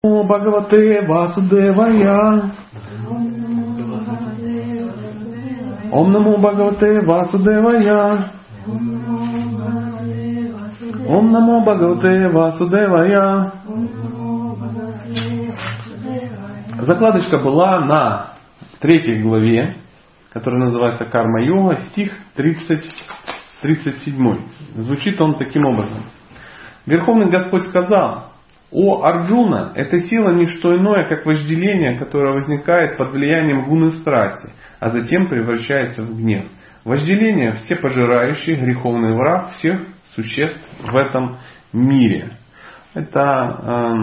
О Бхагавате Васудевая. Ом Намо Бхагавате Васудевая. Ом Намо Бхагавате Васудевая. Закладочка была на 3 главе, которая называется Карма-йога, стих 37. Звучит он таким образом. Верховный Господь сказал: «О Арджуна, эта сила не что иное, как вожделение, которое возникает под влиянием гуны страсти, а затем превращается в гнев. Вожделение – всепожирающий греховный враг всех существ в этом мире». Это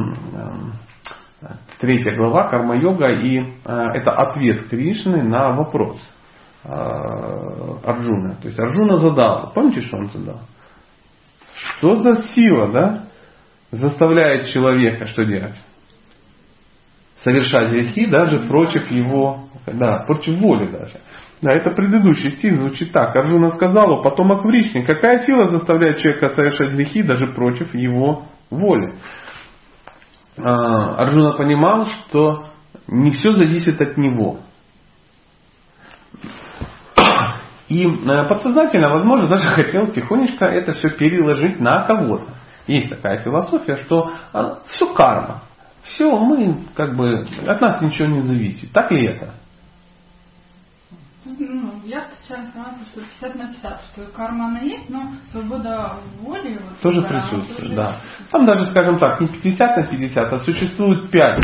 3 глава Карма-йога, и это ответ Кришны на вопрос Арджуны. То есть Арджуна задал, помните, что он задал? Что за сила, да? Заставляет человека что делать? Совершать грехи даже против его, да, против воли даже. Да, это предыдущий стих звучит так. Арджуна сказал: потомок Вришни, какая сила заставляет человека совершать грехи даже против его воли? Арджуна понимал, что не все зависит от него. И подсознательно, возможно, даже хотел тихонечко это все переложить на кого-то. Есть такая философия, что все карма. Все, мы от нас ничего не зависит. Так ли это? Я встречаю информацию, что 50/50, что карма она есть, но свобода воли тоже присутствует, да. Там даже, скажем так, не 50/50, а существует 5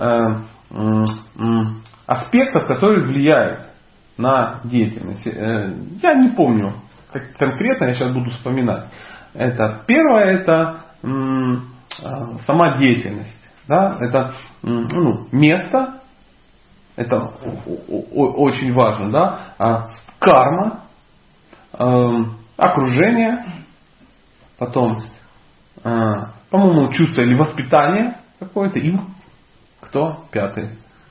аспектов, которые влияют на деятельность. Я не помню конкретно, я сейчас буду вспоминать. Это первое, это сама деятельность, да, это место, это очень важно, да, карма, окружение, потом, по-моему, чувство или воспитание какое-то, и кто? 5?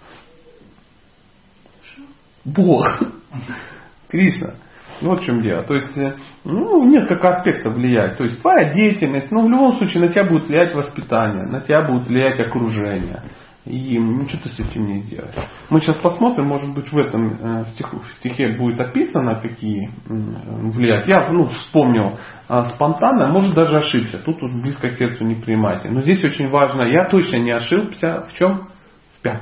Бог, Кришна. Вот в чем дело. То есть, несколько аспектов влияет. То есть, твоя деятельность, в любом случае на тебя будет влиять воспитание, на тебя будет влиять окружение. И ничего ты с этим не сделаешь. Мы сейчас посмотрим, может быть, в этом стихе будет описано, какие влияют. Я вспомнил спонтанно, может даже ошибся. Тут уж близко к сердцу не принимайте. Но здесь очень важно, я точно не ошибся. В чем? В 5.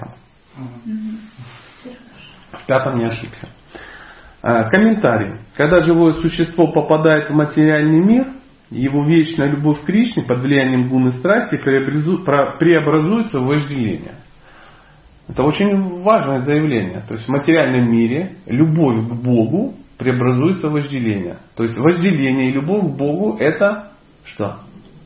В 5 не ошибся. Комментарий. Когда живое существо попадает в материальный мир, его вечная любовь к Кришне под влиянием гуны страсти преобразуется в вожделение. Это очень важное заявление. То есть в материальном мире любовь к Богу преобразуется в вожделение. То есть вожделение и любовь к Богу это что?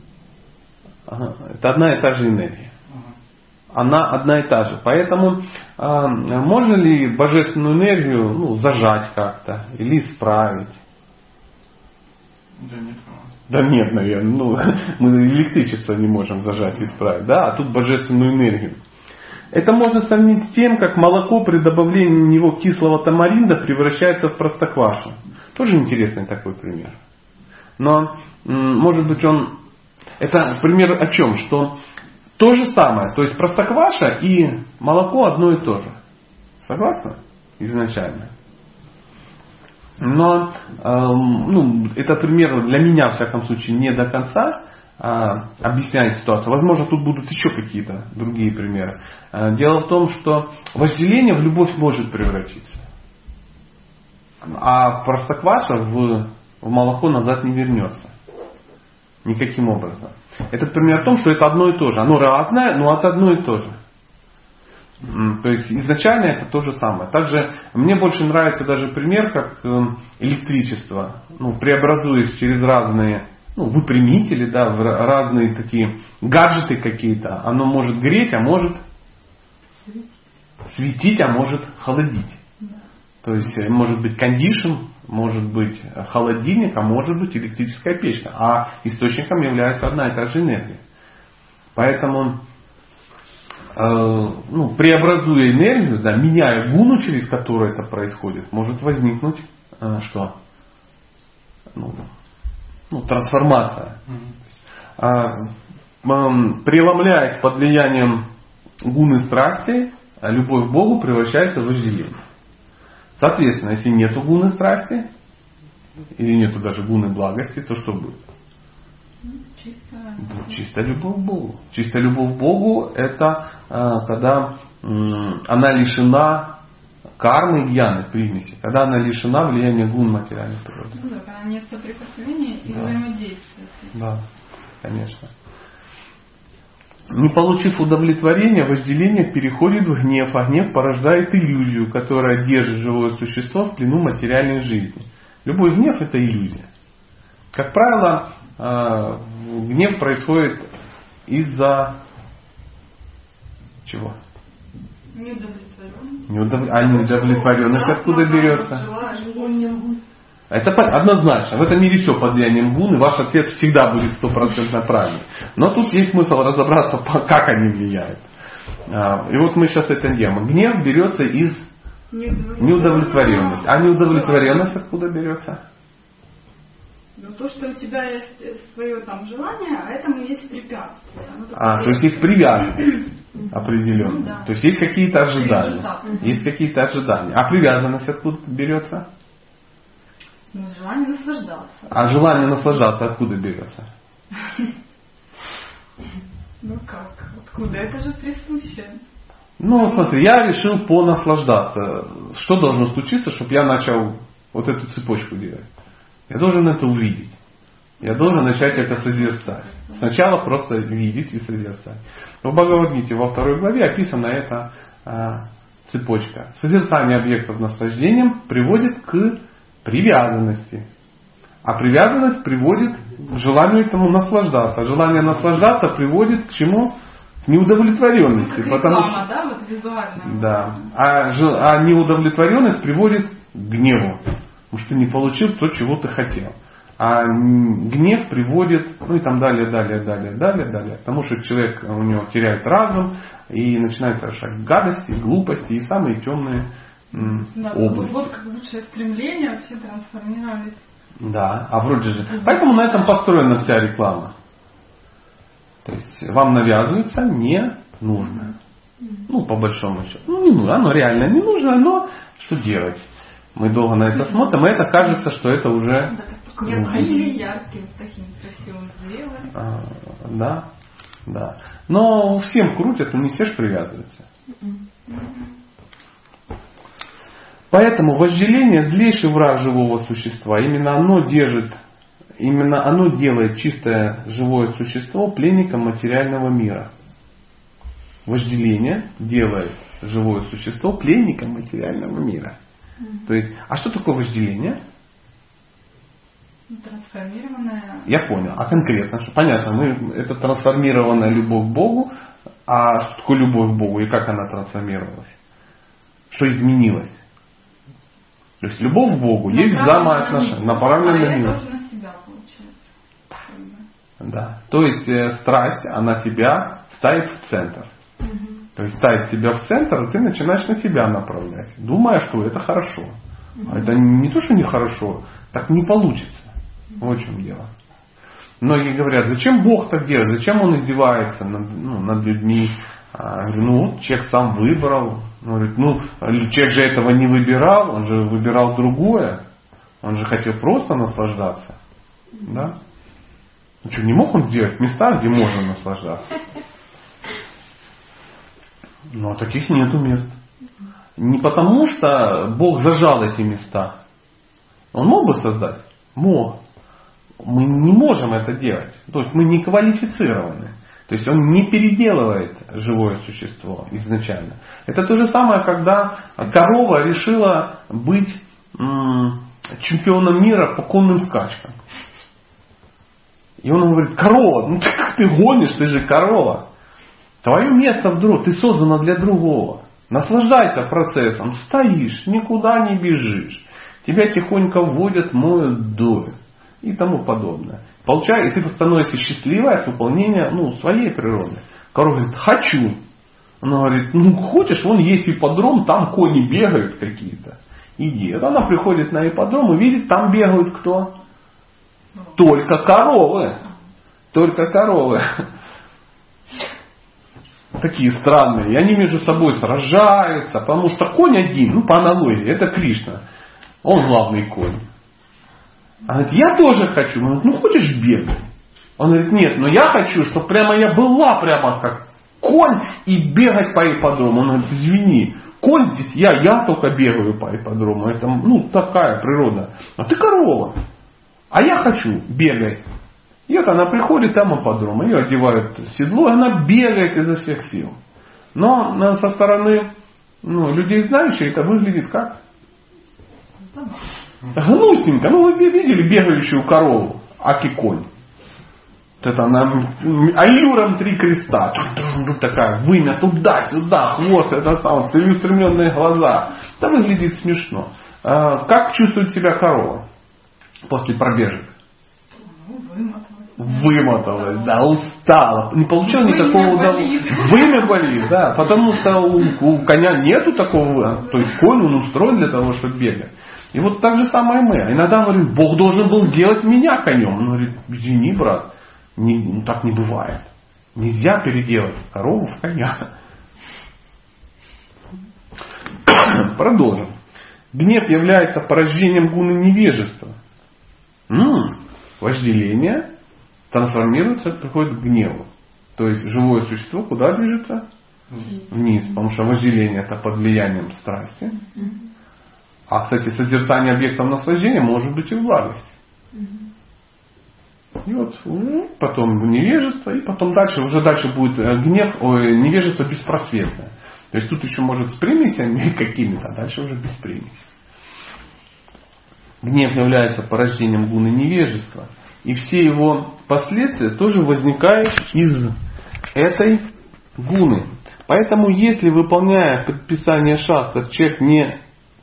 Это одна и та же энергия. Она одна и та же. Поэтому можно ли божественную энергию зажать как-то или исправить? Да нет, наверное. Мы электричество не можем зажать и исправить. Да? А тут божественную энергию. Это можно сравнить с тем, как молоко при добавлении в него кислого тамаринда превращается в простоквашу. Тоже интересный такой пример. Но, может быть, это пример о чем? Что то же самое. То есть простокваша и молоко одно и то же. Согласны? Изначально. Но это пример для меня, в всяком случае, не до конца объясняет ситуацию. Возможно, тут будут еще какие-то другие примеры. Дело в том, что вожделение в любовь может превратиться. А простокваша в молоко назад не вернется. Никаким образом. Этот пример о том, что это одно и то же. Оно разное, но это одно и то же. То есть изначально это то же самое. Также мне больше нравится даже пример, как электричество, преобразуясь через разные выпрямители, да, в разные такие гаджеты какие-то. Оно может греть, а может светить, а может холодить. То есть может быть кондишн, может быть холодильник, а может быть электрическая печка. А источником является одна и та же энергия. Поэтому преобразуя энергию, да, меняя гуну, через которую это происходит, может возникнуть что? Трансформация. Преломляясь под влиянием гуны страсти, любовь к Богу превращается в вожделение. Соответственно, если нету гуны страсти, или нету даже гуны благости, то что будет? Чистая любовь к Богу. Чистая любовь к Богу — это когда она лишена кармы и гьяны, примеси, когда она лишена влияния гун материальной природы. Ну да, когда нет соприкосновения и взаимодействия. Да, конечно. Не получив удовлетворения, вожделение переходит в гнев, а гнев порождает иллюзию, которая держит живое существо в плену материальной жизни. Любой гнев — это иллюзия. Как правило, гнев происходит из-за чего? Неудовлетворенность. А неудовлетворенность откуда берется? Это однозначно. В этом мире все под влиянием гун, и ваш ответ всегда будет 100% правильный. Но тут есть смысл разобраться, как они влияют. И вот мы сейчас это делаем. Гнев берется из неудовлетворенности. А неудовлетворенность откуда берется? Ну, то, что у тебя есть свое там желание, а этому есть препятствие. То есть есть привязанность определенная. Ну, да. То есть есть какие-то ожидания. Есть какие-то ожидания. А привязанность откуда берется? Ну, желание наслаждаться. А желание наслаждаться откуда берется? Ну как? Откуда? Это же присуще. Ну, смотри, я решил понаслаждаться. Что должно случиться, чтобы я начал вот эту цепочку делать? Я должен это увидеть. Я должен начать это созерцать. Сначала просто видеть и созерцать. В Бхагавад-гите во 2 главе описана эта цепочка. Созерцание объектов наслаждением приводит к привязанности. А привязанность приводит к желанию этому наслаждаться. А желание наслаждаться приводит к чему? К неудовлетворенности. Как потому реклама, что, да, вот визуально. Да. А неудовлетворенность приводит к гневу. Потому что ты не получил то, чего ты хотел. А гнев приводит, ну и там далее. К тому, что человек, у него теряет разум и начинает совершать гадости, глупости и самые темные области. Вот как лучшее стремление вообще трансформировались. Да, а вроде же. Поэтому на этом построена вся реклама. То есть вам навязывается не нужно. Ну, по большому счету. Ну, не нужно. Оно реально не нужно, но что делать? Мы долго на это смотрим, и это кажется, что это уже... Или ярким, таким красивым сделали. Да. Но всем крутят, но не все же привязываются. Поэтому вожделение — злейший враг живого существа. Именно оно делает чистое живое существо пленником материального мира. Вожделение делает живое существо пленником материального мира. То есть, а что такое вожделение? Трансформированная. Я понял. А конкретно? Что? Понятно, это трансформированная любовь к Богу. А что такое любовь к Богу и как она трансформировалась? Что изменилось? То есть любовь к Богу есть взаимоотношения, направленная на мир. На себя получается. Да. То есть страсть, она тебя ставит в центр. То есть ставит тебя в центр, и ты начинаешь на себя направлять, думая, что это хорошо. А это не то, что нехорошо, так не получится. Вот в чем дело. Многие говорят, зачем Бог так делает, зачем Он издевается над людьми. Человек сам выбрал. Он говорит, человек же этого не выбирал, он же выбирал другое. Он же хотел просто наслаждаться. Да? Ну что, не мог он сделать места, где можно наслаждаться? Но таких нету мест. Не потому, что Бог зажал эти места. Он мог бы создать? Мог. Мы не можем это делать. То есть мы не квалифицированы. То есть он не переделывает живое существо изначально. Это то же самое, когда корова решила быть чемпионом мира по конным скачкам. И он говорит, корова, ну как ты гонишь, ты же корова. Твое место вдруг, ты создана для другого. Наслаждайся процессом, стоишь, никуда не бежишь. Тебя тихонько водят, моют, доят и тому подобное. И ты становишься счастливой от выполнения своей природы. Корова говорит, хочу. Она говорит, хочешь, вон есть ипподром, там кони бегают какие-то. Иди. Вот она приходит на ипподром и видит, там бегают кто? Только коровы. Только коровы. такие странные. И они между собой сражаются, потому что конь один, по аналогии, это Кришна. Он главный конь. Она говорит, я тоже хочу. Он говорит, хочешь бегать? Он говорит, нет, но я хочу, чтобы прямо я была прямо как конь и бегать по ипподрому. Он говорит, извини, конь здесь я только бегаю по ипподрому. Это такая природа. А ты корова. А я хочу бегать. И вот она приходит, там ипподром, ее одевают в седло, и она бегает изо всех сил. Но со стороны людей знающих это выглядит как? Гнусненько. Вы видели бегающую корову, аки конь? Это она аллюром 3 креста. Такая вымя туда-сюда, хвост, это самое, целеустремленные глаза. Это выглядит смешно. Как чувствует себя корова после пробежек? Вымоталась, да, устала, не получила никакого удовольствия. Вымя болит, да, потому что у коня нету такого, то есть конь он устроен для того, чтобы бегать. И вот так же самое мы. Иногда говорим, Бог должен был делать меня конем. Он говорит, извини, брат, так не бывает. Нельзя переделать корову в коня. Продолжим. Гнев является порождением гуны невежества. Вожделение трансформируется, приходит к гневу. То есть живое существо куда движется? Вниз. Потому что вожделение это под влиянием страсти. А, кстати, созерцание объектов наслаждения может быть и в благости. И вот потом невежество, и потом дальше будет гнев, невежество беспросветное. То есть тут еще может с примесями какими-то, а дальше уже без примесей. Гнев является порождением гуны невежества. И все его последствия тоже возникают из этой гуны. Поэтому, если, выполняя предписание шастр, человек не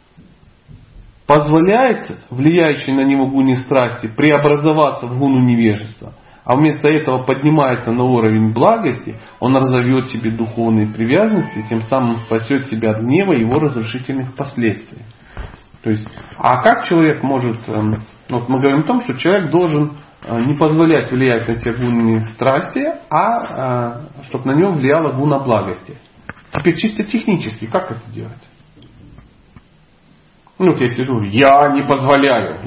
позволяет влияющей на него гуне страсти преобразоваться в гуну невежества, а вместо этого поднимается на уровень благости, он разовьет себе духовные привязанности, тем самым спасет себя от гнева и его разрушительных последствий. То есть, а как человек может, вот мы говорим о том, что человек должен не позволять влиять на те гуны страсти, а чтобы на него влияла гуна благости. Теперь чисто технически, как это делать? Вот я сижу, я не позволяю.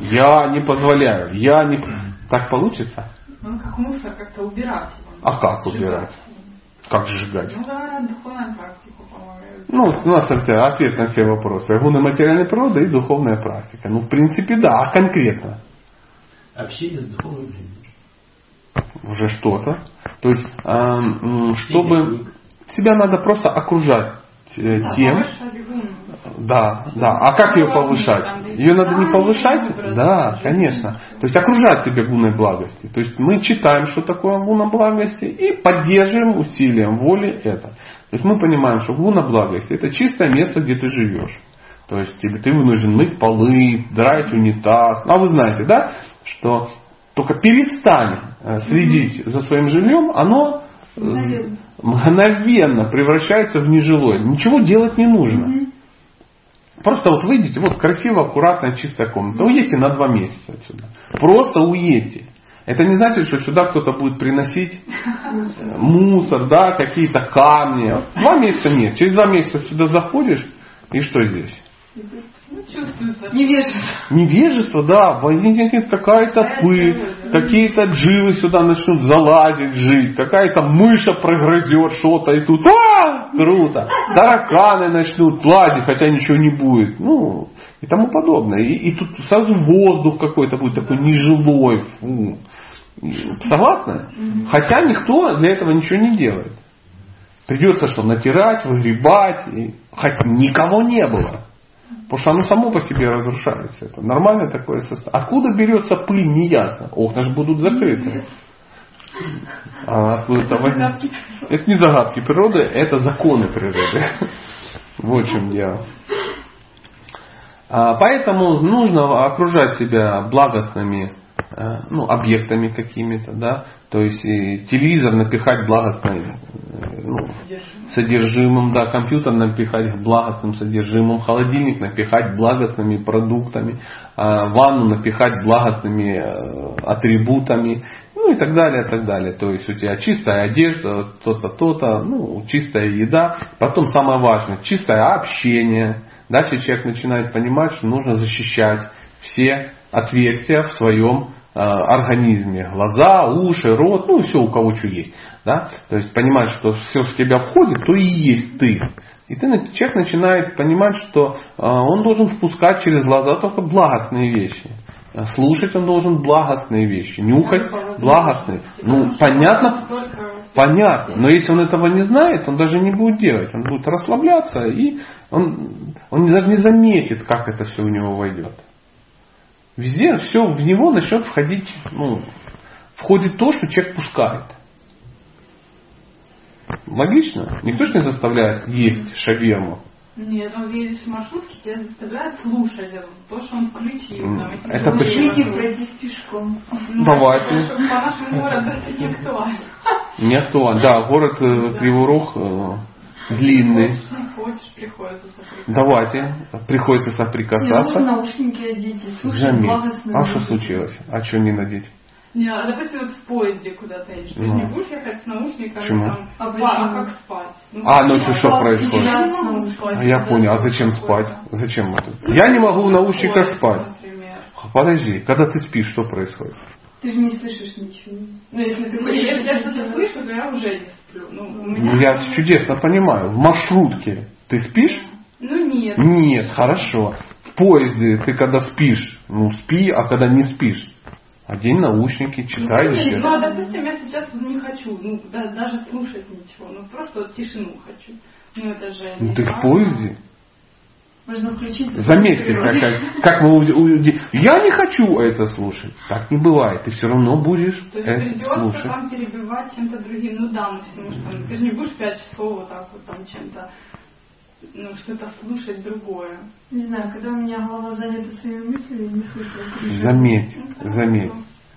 Так получится? Как мусор как-то убирать. А как убирать? Как сжигать? Духовная практика, по-моему. У нас это ответ на все вопросы. Гуны материальной природы и духовная практика. В принципе, да. А конкретно? Общение с духовным людьми. Уже что-то. То есть, чтобы себя надо просто окружать тем. Да. А как ее повышать? Ее надо не повышать? Да, конечно. То есть окружать себя гуной благости. То есть мы читаем, что такое гуна благости, и поддерживаем усилием воли это. То есть мы понимаем, что гуна благости это чистое место, где ты живешь. То есть ты вынужден мыть полы, драить унитаз. А вы знаете, да, что только перестань следить за своим жильем, оно мгновенно превращается в нежилое. Ничего делать не нужно. Просто вот выйдите, вот красиво, аккуратная, чистая комната. Уедете на 2 месяца отсюда. Просто уедьте. Это не значит, что сюда кто-то будет приносить мусор, да, какие-то камни. 2 месяца нет. Через 2 месяца сюда заходишь, и что здесь? Чувствуется. Невежество. Невежество, да. Возникнет какая-то пыль, какие-то дживы сюда начнут залазить, жить, какая-то мыша прогрызет что-то, и тут круто. Тараканы начнут лазить, хотя ничего не будет. И тому подобное. И тут сразу воздух какой-то будет такой нежилой. Фу. Согласны? Хотя никто для этого ничего не делает. Придется что, натирать, выгребать, хотя никого не было. Потому что оно само по себе разрушается. Это нормальное такое состояние. Откуда берется пыль, неясно. Окна же будут закрыты. Это не загадки природы, это законы природы. Вот в чем дело. Поэтому нужно окружать себя благостными объектами какими-то, да, то есть телевизор напихать благостным содержимым, да, компьютер напихать благостным содержимым, холодильник напихать благостными продуктами, ванну напихать благостными атрибутами, и так далее, и так далее. То есть у тебя чистая одежда, то-то, то-то, чистая еда, потом самое важное, чистое общение. Дальше человек начинает понимать, что нужно защищать все отверстия в своем организме. Глаза, уши, рот, все у кого что есть. Да? То есть понимать, что все в тебя входит, то и есть ты. И человек начинает понимать, что он должен впускать через глаза только благостные вещи. Слушать он должен благостные вещи. Нюхать благостные. Понятно. Но если он этого не знает, он даже не будет делать. Он будет расслабляться, и он даже не заметит, как это все у него войдет. Везде все в него начнет входить, входит то, что человек пускает. Логично? Никто же не заставляет есть шаверму. Нет, он едешь в маршрутке, тебя заставляют слушать то, что он включил. Это почему? Пройтись пешком. Давайте. По нашему городу это не актуально. Не актуально. Да, город Кривой Рог длинный. Хочешь, приходится соприкасаться. Давайте. Приходится соприкасаться. Наушники одеть, А что случилось? А что не надеть? Не, допустим, в поезде куда-то едешь. Ты же не будешь ехать с наушниками, почему? А как спать? Ночью что происходит? Я понял. А зачем спать? Зачем это? Я не могу в наушниках спать. Подожди, когда ты спишь, что происходит? Ты же не слышишь ничего. Если ты хочешь, если я что-то слышу, то я уже не сплю. Я чудесно понимаю. В маршрутке ты спишь? Нет. Нет, хорошо. В поезде ты когда спишь, спи, а когда не спишь. Одень наушники, читай. Допустим, я сейчас не хочу, даже слушать ничего, просто тишину хочу. Это же ты в поезде? Можно включить. Заметьте, как мы я не хочу это слушать. Так не бывает. Ты все равно будешь это слушать. Там перебивать чем-то другим. Максимум, что ты же не будешь 5 часов вот так вот там чем-то, что-то слушать другое. Не знаю, когда у меня голова занята своими мыслями, не слышу. Заметь.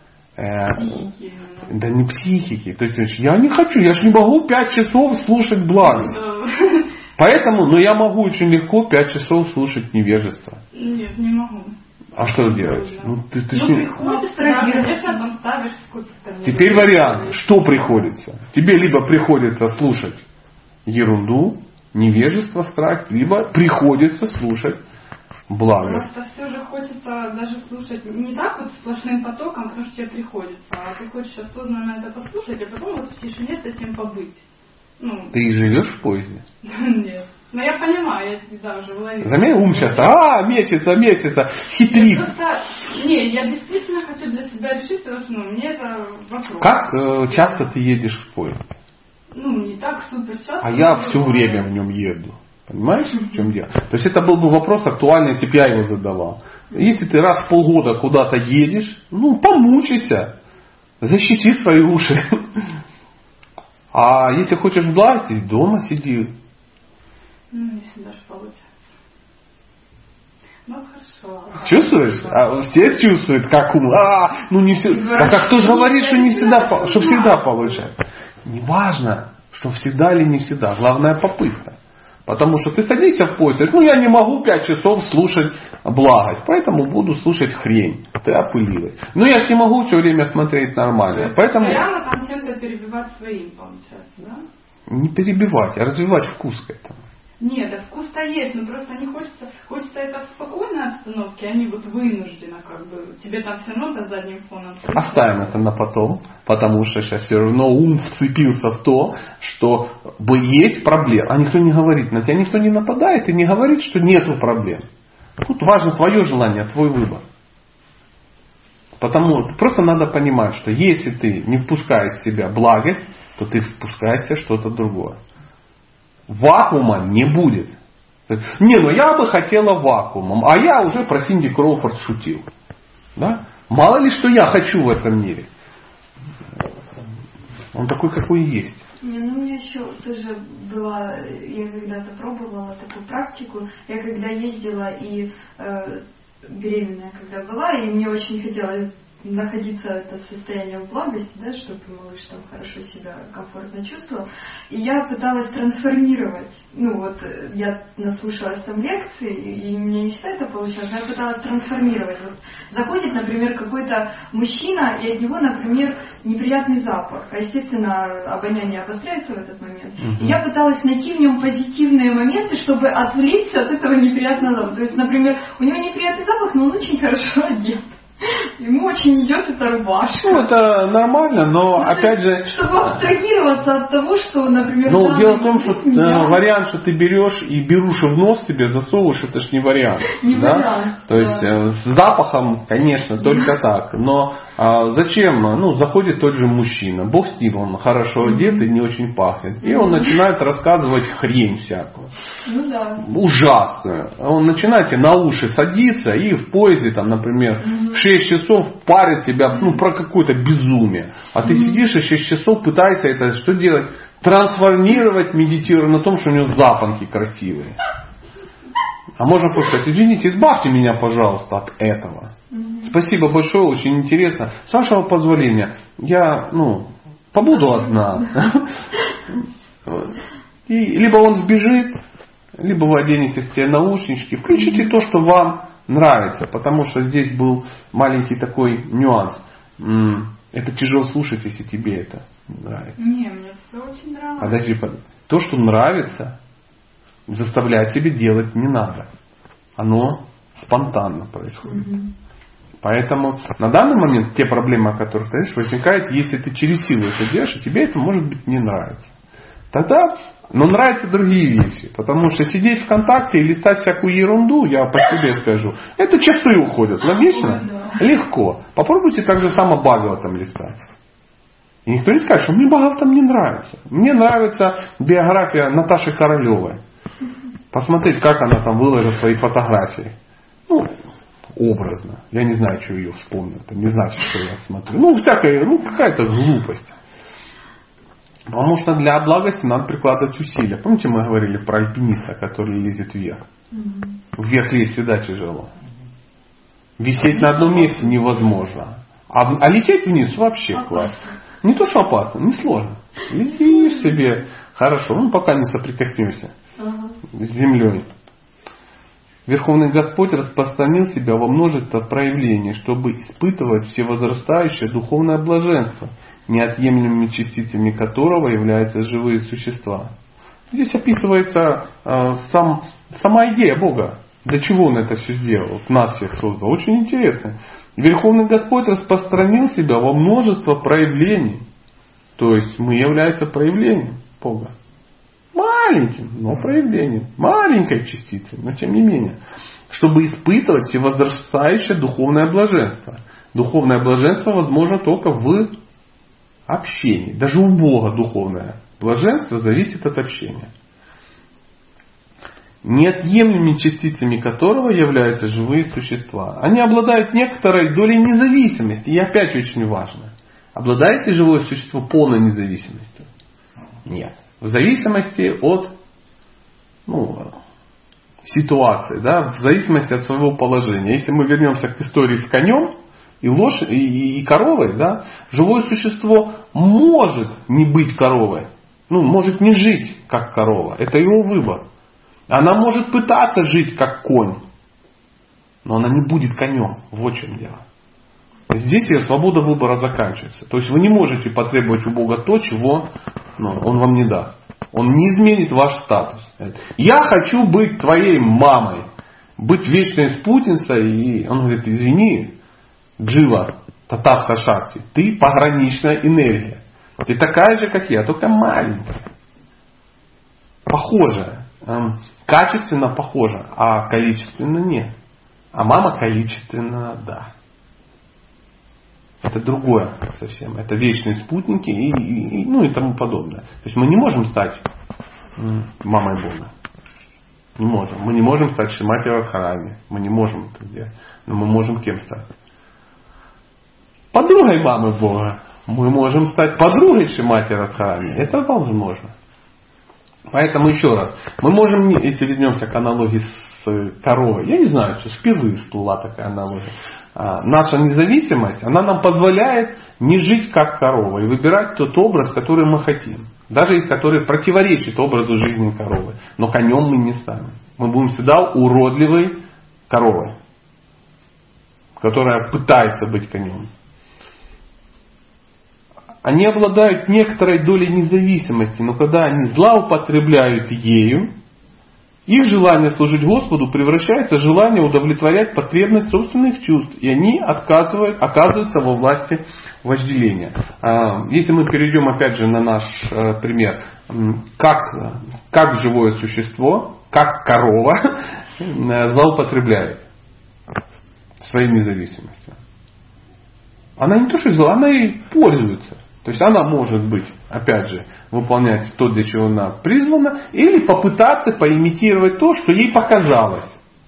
Да не психики. То есть я не хочу, я же не могу 5 часов слушать благость. Поэтому, я могу очень легко 5 часов слушать невежество. Нет, не могу. А что делать? Приходится, конечно, там ставишь какой-то... Теперь вариант. Что приходится? Тебе либо приходится слушать ерунду, невежество, страсть, либо приходится слушать благость. Просто все же хочется даже слушать не так вот сплошным потоком, потому что тебе приходится, а ты хочешь осознанно это послушать, а потом вот в тишине с этим побыть. Ты живешь в поезде? Нет. Но я понимаю, я всегда уже выловила. Заметь, ум сейчас, мечется, хитрит. Я действительно хочу для себя решить, потому что мне это вопрос. Как часто ты едешь в поезд? Не так супер часто. А я все время в нем еду. Понимаешь, в чем дело? То есть это был бы вопрос актуальный, если бы я его задавал. Если ты раз в полгода куда-то едешь, помучайся. Защити свои уши. А если хочешь власти, дома сиди. Не всегда же получается. Хорошо. Чувствуешь? Все чувствуют, как ум. Не все. Так кто же говорит, что не всегда, что всегда получается? Неважно, что всегда или не всегда. Главная попытка. Потому что ты садишься в поезд, я не могу 5 часов слушать благость, поэтому буду слушать хрень. Ты опылилась. Я не могу все время смотреть нормально. Поэтому... Прямо там чем-то перебивать своим, получается, да? Не перебивать, а развивать вкус к этому. Нет, да вкус-то есть, но просто не хочется это в спокойной обстановке, они вынуждены тебе там все равно на задним фоном. Оставим это на потом, потому что сейчас все равно ум вцепился в то, что есть проблемы. А никто не говорит, на тебя никто не нападает и не говорит, что нету проблем. Тут важно твое желание, твой выбор. Потому просто надо понимать, что если ты не впускаешь в себя благость, то ты впускаешь в себя что-то другое. Вакуума не будет. Я бы хотела вакуумом, а я уже про Синди Кроуфорд шутил. Да? Мало ли, что я хочу в этом мире. Он такой, какой есть. У меня еще тоже была, я когда-то пробовала такую практику. Я когда ездила и беременная когда была, и мне очень хотелось находиться это состояние в благости, да, чтобы малыш там хорошо себя комфортно чувствовал. И я пыталась трансформировать. Ну вот я наслушалась там лекций, и у меня не всегда это получалось, но я пыталась трансформировать. Вот заходит, например, какой-то мужчина, и от него, например, неприятный запах. А естественно, обоняние обостряется в этот момент. И я пыталась найти в нем позитивные моменты, чтобы отвлечься от этого неприятного запаха. То есть, например, у него неприятный запах, но он очень хорошо одет. Ему очень идет эта рубашка. Ну, это нормально, но опять же... Чтобы абстрагироваться от того, что, например... Ну, дело в том, что вариант, что ты берешь и беруши в нос себе засовываешь, это ж не вариант. Не да? вариант. То есть с запахом, конечно, только так. Но зачем? Ну, заходит тот же мужчина. Бог с ним, он хорошо одет и не очень пахнет. И он начинает рассказывать хрень всякую. Ну да. Ужасную. Он начинает тебе на уши садиться и в поезде, там, например, в 6 часов парит тебя, ну, про какое-то безумие. А ты сидишь и 6 часов пытаешься это что делать? Трансформировать, медитируя на том, что у него запонки красивые. А можно просто сказать: извините, избавьте меня, пожалуйста, от этого. Спасибо большое, очень интересно. С вашего позволения, я, побуду одна. И либо он сбежит, либо вы оденете себе наушнички, включите то, что вам нравится, потому что здесь был маленький такой нюанс. Это тяжело слушать, если тебе это нравится. Не, мне все очень нравится. Подожди, то, что нравится, заставлять тебе делать не надо. Оно спонтанно происходит. Поэтому на данный момент те проблемы, о которых ты говоришь, возникают, если ты через силу это делаешь, и тебе это может быть не нравится. Тогда, но нравятся другие вещи. Потому что сидеть ВКонтакте и листать всякую ерунду, я по себе скажу, это часы уходят. Логично? Легко. Попробуйте так же само Бхагаватам листать. И никто не скажет, что мне Бхагаватам не нравится. Мне нравится биография Наташи Королевой. Посмотреть, как она там выложила свои фотографии. Образно. Я не знаю, что ее вспомнил. Это не значит, что я смотрю. Всякая, какая-то глупость. Потому что для благости надо прикладывать усилия. Помните, мы говорили про альпиниста, который лезет вверх? Вверх лезть всегда тяжело. Висеть на одном месте невозможно. А лететь вниз вообще классно. Не то, что опасно, не сложно. Летишь себе хорошо, пока не соприкоснешься с землей. Верховный Господь распространил себя во множество проявлений, чтобы испытывать всевозрастающее духовное блаженство, неотъемлемыми частицами которого являются живые существа. Здесь описывается сама идея Бога. Для чего Он это все сделал? Нас всех создал. Очень интересно. Верховный Господь распространил себя во множество проявлений. То есть мы являемся проявлением Бога. Маленьким, но проявлением. Маленькой частицей, но тем не менее. Чтобы испытывать всевозрастающее духовное блаженство. Духовное блаженство возможно только в общении. Даже у Бога духовное блаженство зависит от общения. Неотъемлемыми частицами которого являются живые существа. Они обладают некоторой долей независимости. И опять очень важно. Обладает ли живое существо полной независимостью? Нет. В зависимости от ситуации, в зависимости от своего положения. Если мы вернемся к истории с конем и лошадью и коровой, живое существо может не быть коровой, может не жить как корова. Это его выбор. Она может пытаться жить как конь, но она не будет конем. Вот в чем дело. Здесь ее свобода выбора заканчивается. То есть вы не можете потребовать у Бога то, чего Он вам не даст. Он не изменит ваш статус. Я хочу быть твоей мамой, быть вечной спутницей. И он говорит: извини, Джива, Тататха Шакти, ты пограничная энергия. Ты такая же, как я, только маленькая. Похожая. Качественно похожа, а количественно нет. А мама количественно да. Это другое совсем. Это вечные спутники и тому подобное. То есть мы не можем стать мамой Бога. Не можем. Мы не можем стать Шримати Радхарани. Мы не можем это сделать. Но мы можем кем стать? Подругой мамы Бога. Мы можем стать подругой Шримати Радхарани. Это возможно. Поэтому еще раз. Мы можем, если вернемся к аналогии с коровой. Я не знаю, что впервые всплыла такая аналогия. Наша независимость, она нам позволяет не жить как корова и выбирать тот образ, который мы хотим. Даже и который противоречит образу жизни коровы. Но конем мы не станем. Мы будем всегда уродливой коровой, которая пытается быть конем. Они обладают некоторой долей независимости, но когда они злоупотребляют ею, их желание служить Господу превращается в желание удовлетворять потребность собственных чувств, и они оказываются во власти вожделения. Если мы перейдем опять же на наш пример, как живое существо, как корова злоупотребляет своей независимостью. Она не то что взяла, она и пользуется. То есть она может быть, опять же, выполнять то, для чего она призвана, или попытаться поимитировать то, что ей показалось.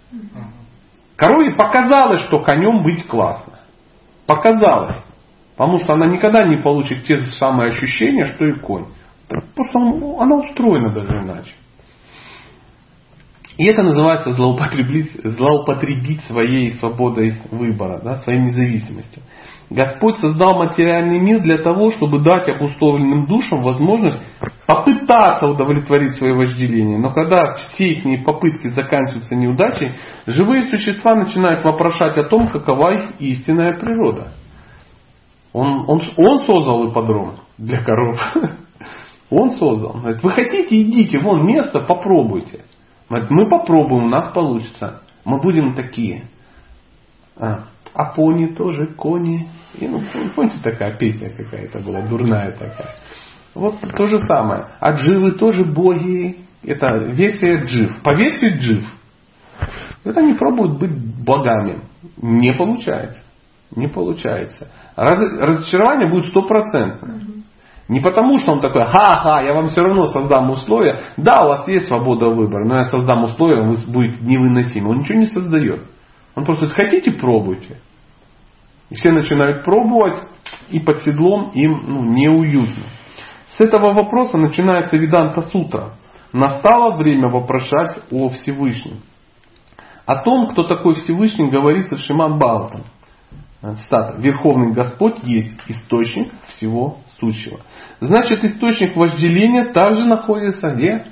Корове показалось, что конем быть классно. Показалось. Потому что она никогда не получит те же самые ощущения, что и конь. Просто она устроена даже иначе. И это называется злоупотребить своей свободой выбора, да, своей независимостью. Господь создал материальный мир для того, чтобы дать обусловленным душам возможность попытаться удовлетворить свои вожделения. Но когда все их попытки заканчиваются неудачей, живые существа начинают вопрошать о том, какова их истинная природа. Он создал ипподром для коров. Он создал. Говорит, вы хотите, идите, вон место, попробуйте. Говорит, мы попробуем, у нас получится. Мы будем такие. А пони тоже, кони. И, помните, такая песня какая-то была, дурная такая. Вот то же самое. А дживы тоже боги. Это версия джив. По версии джив. Это они пробуют быть богами. Не получается. Не получается. Разочарование будет 100%. Не потому, что он такой, ха-ха, я вам все равно создам условия. Да, у вас есть свобода выбора, но я создам условия, вы будете невыносимы. Он ничего не создает. Он просто говорит, хотите, пробуйте. И все начинают пробовать, и под седлом им неуютно. С этого вопроса начинается Веданта Сутра. Настало время вопрошать о Всевышнем. О том, кто такой Всевышний, говорится в Шримад Бхагаватам. Цитата. Верховный Господь есть источник всего сущего. Значит, источник вожделения также находится где?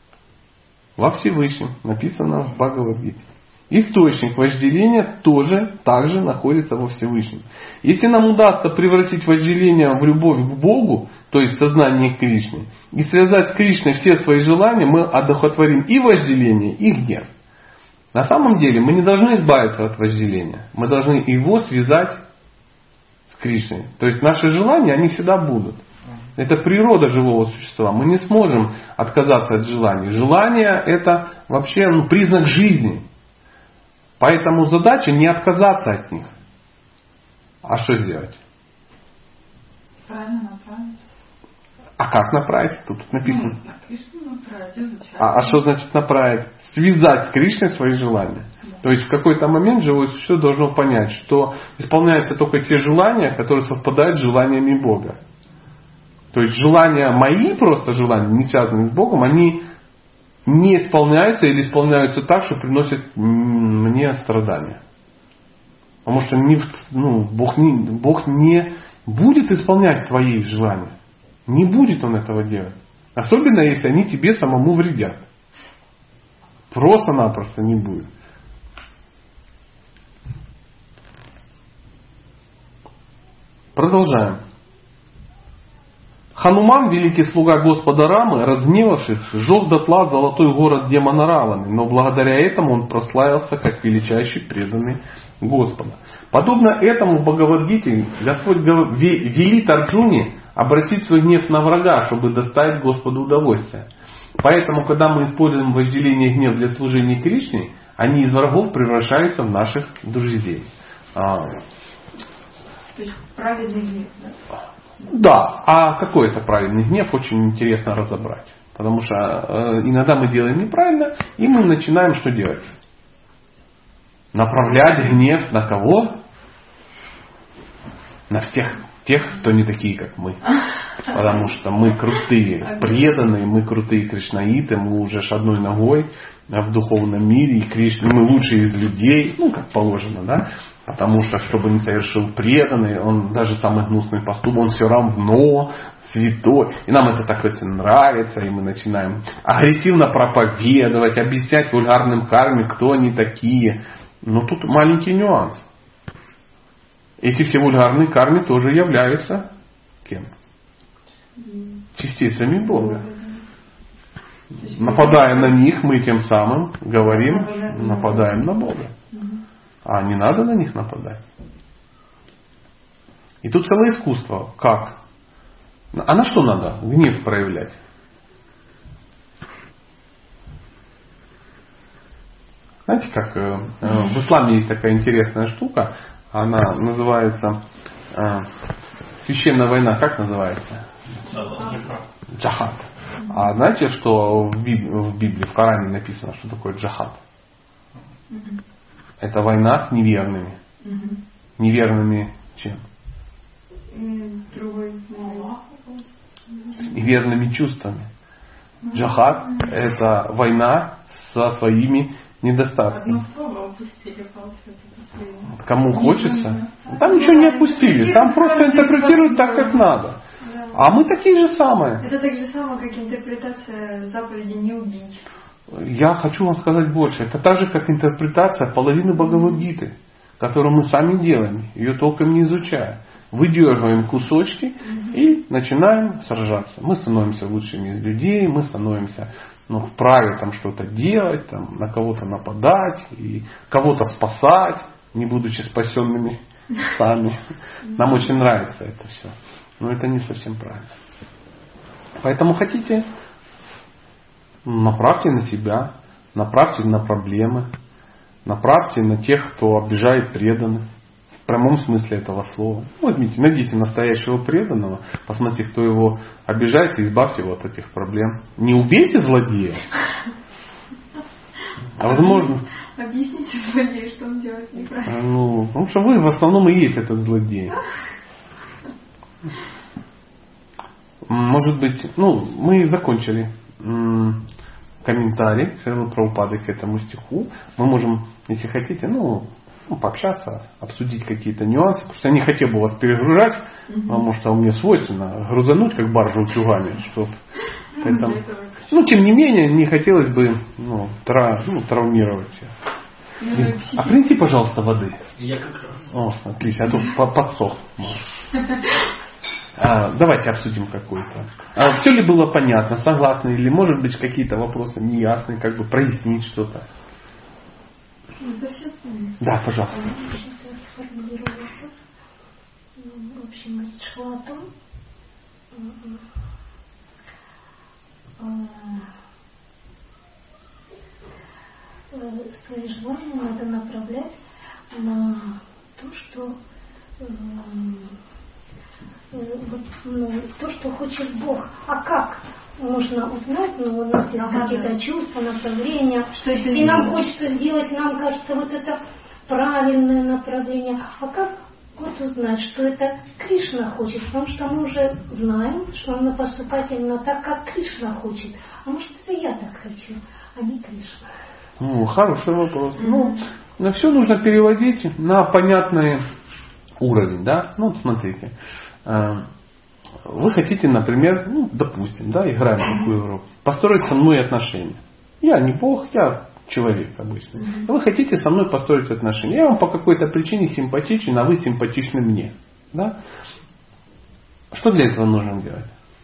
Во Всевышнем. Написано в Бхагавад-гите. Источник вожделения тоже также находится во Всевышнем. Если нам удастся превратить вожделение в любовь к Богу, то есть сознание Кришны, и связать с Кришной все свои желания, мы одухотворим и вожделение, и гнев. На самом деле мы не должны избавиться от вожделения. Мы должны его связать с Кришной. То есть наши желания, они всегда будут. Это природа живого существа. Мы не сможем отказаться от желаний. Желание это вообще признак жизни. Поэтому задача не отказаться от них. А что сделать? Правильно направить. А как направить? Тут написано. На Кришну направить, изучать. А что значит направить? Связать с Кришной свои желания. Да. То есть в какой-то момент живое существо должно понять, что исполняются только те желания, которые совпадают с желаниями Бога. То есть желания мои, просто желания, не связанные с Богом, они не исполняются или исполняются так, что приносят мне страдания. Потому что Бог не будет исполнять твои желания. Не будет Он этого делать. Особенно, если они тебе самому вредят. Просто-напросто не будет. Продолжаем. Хануман, великий слуга Господа Рамы, разгневавшись, сжег дотла золотой город демона Раваны, но благодаря этому он прославился как величайший преданный Господа. Подобно этому в Бхагавад-гите Господь велит Арджуне обратить свой гнев на врага, чтобы доставить Господу удовольствие. Поэтому, когда мы используем вожделение и гнев для служения Кришне, они из врагов превращаются в наших друзей. То есть праведный гнев, да? Да, а какой это праведный гнев, очень интересно разобрать. Потому что иногда мы делаем неправильно, и мы начинаем что делать? Направлять гнев на кого? На всех тех, кто не такие, как мы. Потому что мы крутые преданные, мы крутые кришнаиты, мы уже с одной ногой в духовном мире, и Кришна, мы лучшие из людей, ну, как положено, да? Потому что, чтобы не совершил преданный, он даже самый гнусный поступок, он все равно святой. И нам это так очень нравится, и мы начинаем агрессивно проповедовать, объяснять вульгарным карме, кто они такие. Но тут маленький нюанс. Эти все вульгарные кармы тоже являются кем? Частицами Бога. Нападая на них, мы тем самым говорим, нападаем на Бога. А не надо на них нападать. И тут целое искусство. Как? А на что надо гнев проявлять? Знаете, как в исламе есть такая интересная штука, она называется священная война, как называется? Джахад. А знаете, что в Библии, в Коране написано, что такое джахад? Это война с неверными. Неверными чем? С неверными чувствами. Джахад – это война со своими недостатками. Одно слово опустили, получается. Кому хочется. Там ничего не опустили. Там просто интерпретируют так, как надо. А мы такие же самые. Это так же самое, как интерпретация заповеди «не убить». Я хочу вам сказать больше. Это так же, как интерпретация половины Бхагавад-гиты, которую мы сами делаем, ее толком не изучая. Выдергиваем кусочки и начинаем сражаться. Мы становимся лучшими из людей, мы становимся вправе там что-то делать, там, на кого-то нападать, и кого-то спасать, не будучи спасенными сами. Нам очень нравится это все. Но это не совсем правильно. Поэтому хотите, направьте на себя, направьте на проблемы, направьте на тех, кто обижает преданных. В прямом смысле этого слова. Возьмите, найдите настоящего преданного, посмотрите, кто его обижает, и избавьте его от этих проблем. Не убейте злодея. А возможно... Объясните злодею, что он делает неправильно. Потому что вы в основном и есть этот злодей. Может быть, мы закончили комментарий Шрилы Прабхупады к этому стиху. Мы можем, если хотите, пообщаться, обсудить какие-то нюансы, потому что я не хотел бы вас перегружать, потому что мне свойственно грузануть, как баржу утюгами, чтобы поэтому, тем не менее, не хотелось бы травмировать всех. А принеси, пожалуйста, воды. Я как раз. О, отлично, а то подсох. Давайте обсудим какой-то. Все ли было понятно, согласны, или может быть какие-то вопросы неясные, как бы прояснить что-то? Да, пожалуйста. Сейчас я сформулирую вопрос. В общем, речь шла о том, свои желания надо направлять на то, что то, что хочет Бог. А как можно узнать? У нас есть какие-то чувства, направления, и нам хочется сделать, нам кажется, вот это правильное направление. А как узнать, что это Кришна хочет? Потому что мы уже знаем, что надо поступать именно так, как Кришна хочет. А может, это я так хочу, а не Кришна? Хороший вопрос. На все нужно переводить на понятный уровень, да? Смотрите. Вы хотите, например, допустим, играем в такую игру, построить со мной отношения. Я не Бог, я человек обычный. Вы хотите со мной построить отношения. Я вам по какой-то причине симпатичен, а вы симпатичны мне. Да? Что для этого нужно делать?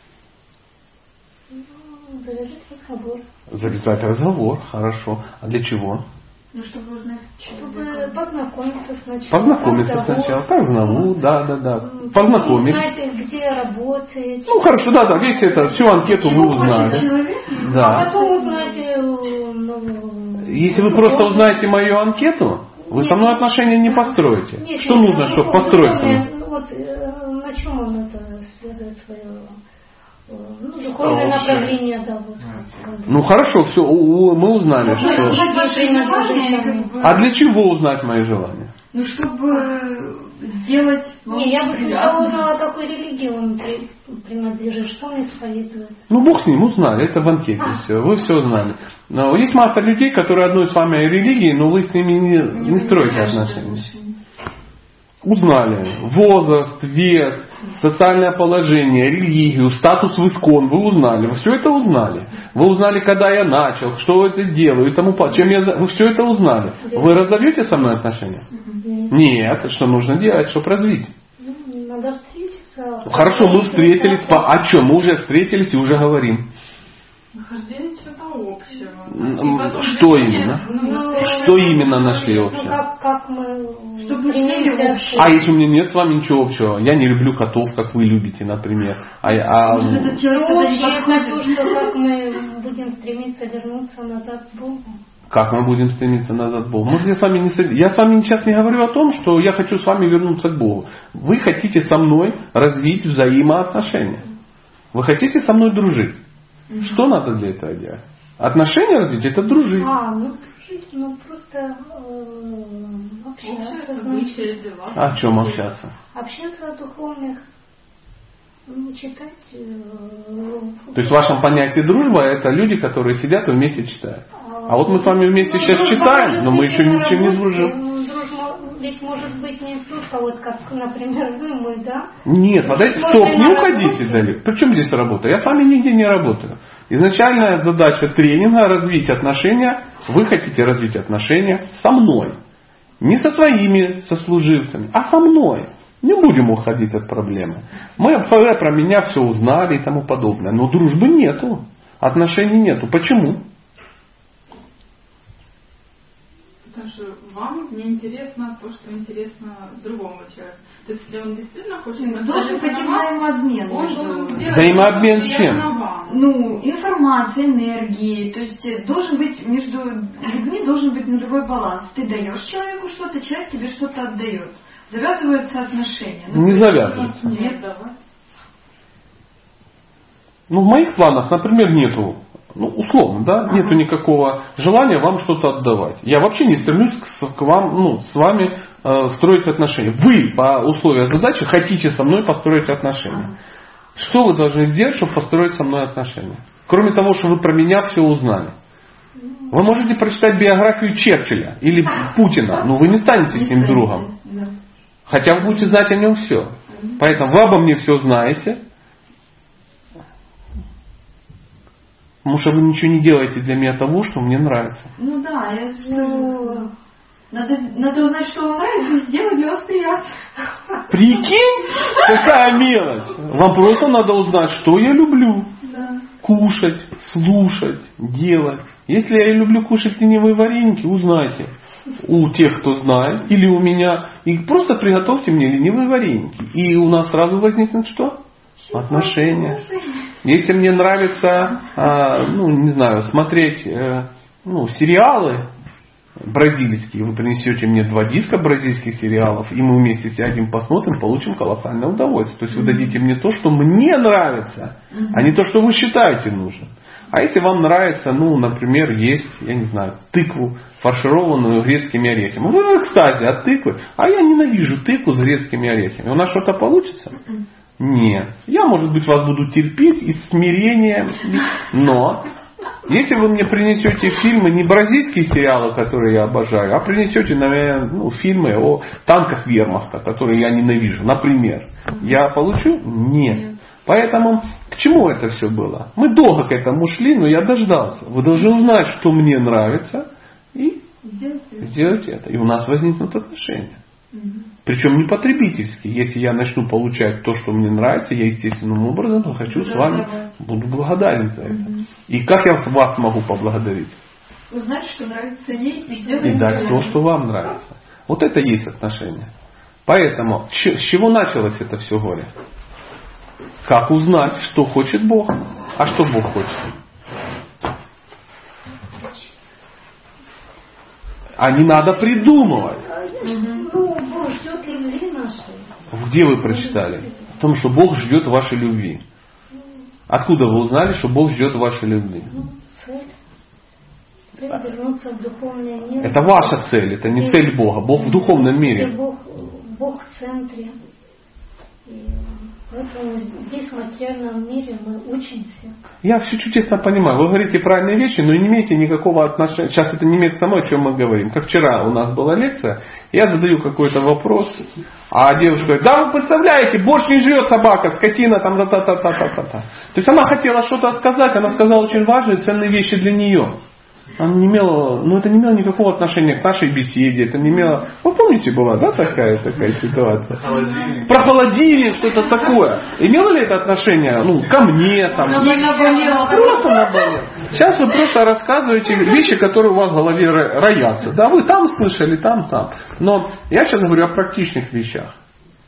Завязать разговор. Завязать разговор, хорошо. А для чего? Чтобы узнать, чтобы познакомиться сначала. Познакомиться сначала. Как зовут, да. Познакомить. Узнать, где работаете. Хорошо, да. Видите, это всю анкету вы узнали. Да. А потом узнаете... Если вы просто узнаете мою анкету, вы со мной отношения не построите. Нет, что нужно, чтобы построить со мной? На чем он это связывает свое... духовное направление, да. Хорошо, все, мы узнали, что... А для чего узнать мои желания? Чтобы сделать... Не, я бы сначала узнала, какой религии он принадлежит, что он исповедует. Ну, Бог с ним, узнали, это в анкете все, вы все узнали. Но есть масса людей, которые одной с вами религии, но вы с ними не строите отношения. Узнали возраст, вес, социальное положение, религию, статус в ИСКОН, вы узнали, вы все это узнали. Вы узнали, когда я начал, что это делаю и тому подобное. Вы все это узнали. Вы разовьете со мной отношения? Нет, что нужно делать, чтобы развить? Надо встретиться. Хорошо, мы встретились, о чем? Мы уже встретились и уже говорим. Нахождение чего-то общего. Что именно? Что именно нашли общее? Как мы стремимся. А если у меня нет с вами ничего общего? Я не люблю котов, как вы любите, например. Может, этот человек есть на то, что как мы будем стремиться вернуться назад к Богу. Как мы будем стремиться назад к Богу? Я с вами сейчас не говорю о том, что я хочу с вами вернуться к Богу. Вы хотите со мной развить взаимоотношения. Вы хотите со мной дружить. Что надо для этого делать? Отношения развить — это дружить. Дружить, просто общаться. О чем общаться? Общаться о духовных, читать. То есть в вашем понятии дружба — это люди, которые сидят и вместе читают. А вот мы с вами вместе сейчас читаем, но мы еще ничем не дружим. Ведь может быть не дружба, вот как, например, мы, да? Нет, подождите, стоп, не уходите далеко. При чем здесь работа? Я с вами нигде не работаю. Изначальная задача тренинга — развить отношения. Вы хотите развить отношения со мной. Не со своими сослуживцами, а со мной. Не будем уходить от проблемы. Мы про меня все узнали и тому подобное. Но дружбы нету. Отношений нету. Почему? Потому что вам не интересно то, что интересно другому человеку. То есть, если он действительно хочет... Должен быть взаимообмен. Взаимообмен чем? Информацией, энергией. То есть, должен быть между людьми должен быть нулевой баланс. Ты даешь человеку что-то, человек тебе что-то отдает. Завязываются отношения. Не завязываются. Нет. В моих планах, например, нету, условно, да, нету никакого желания вам что-то отдавать. Я вообще не стремлюсь к вам, с вами строить отношения. Вы по условиям задачи хотите со мной построить отношения. Что вы должны сделать, чтобы построить со мной отношения? Кроме того, что вы про меня все узнали. Вы можете прочитать биографию Черчилля или Путина, но вы не станете с ним другом. Хотя вы будете знать о нем все. Поэтому вы обо мне все знаете. Потому что вы ничего не делаете для меня того, что мне нравится. Надо узнать, что вам нравится, и сделать для вас приятно. Прикинь, какая мелочь. Вам просто надо узнать, что я люблю. Да. Кушать, слушать, делать. Если я люблю кушать ленивые вареники, узнайте у тех, кто знает, или у меня. И просто приготовьте мне ленивые вареники. И у нас сразу возникнет что? Отношения. Если мне нравится, смотреть сериалы бразильские, вы принесете мне 2 диска бразильских сериалов, и мы вместе сядем, посмотрим, получим колоссальное удовольствие. То есть вы дадите мне то, что мне нравится, а не то, что вы считаете нужным. А если вам нравится, например, есть, тыкву, фаршированную грецкими орехами. Вы в экстазе от тыквы, а я ненавижу тыкву с грецкими орехами. У нас что-то получится? Нет. Я, может быть, вас буду терпеть из смирения, но если вы мне принесете фильмы, не бразильские сериалы, которые я обожаю, а принесете, наверное, фильмы о танках вермахта, которые я ненавижу, например, я получу? Нет. Поэтому к чему это все было? Мы долго к этому шли, но я дождался. Вы должны узнать, что мне нравится, и сделать это. И у нас возникнут отношения. Причем не потребительские. Если я начну получать то, что мне нравится, я естественным образом хочу с вами, буду благодарен за это. И как я вас могу поблагодарить? Узнать, что нравится ей, и сделать. И дать то, что вам нравится. Вот это и есть отношения. Поэтому с чего началось это все горе? Как узнать, что хочет Бог? А что Бог хочет? А не надо придумывать. Бог ждет любви нашей. Где вы прочитали? О том, что Бог ждет вашей любви. Откуда вы узнали, что Бог ждет вашей любви? Цель вернуться в духовный мир. Это ваша цель, это не цель Бога. Бог в духовном мире. Бог Бог в центре. И поэтому здесь, в материальном мире, мы учимся. Я все чудесно понимаю. Вы говорите правильные вещи, но не имеете никакого отношения. Сейчас это не имеет само, о чем мы говорим. Как вчера у нас была лекция, я задаю какой-то вопрос, а девушка говорит, да вы представляете, борщ не жрет собака, скотина, там, та-та-та-та-та-та. То есть она хотела что-то сказать, она сказала очень важные, ценные вещи для нее. Она не имела, это не имело никакого отношения к нашей беседе. Это не имело... Вы помните, была, да, такая ситуация? Про холодильник, что-то такое. Имело ли это отношение, ко мне, там? Просто наболело. Сейчас вы просто рассказываете вещи, которые у вас в голове роятся. Да, вы там слышали, там. Но я сейчас говорю о практичных вещах.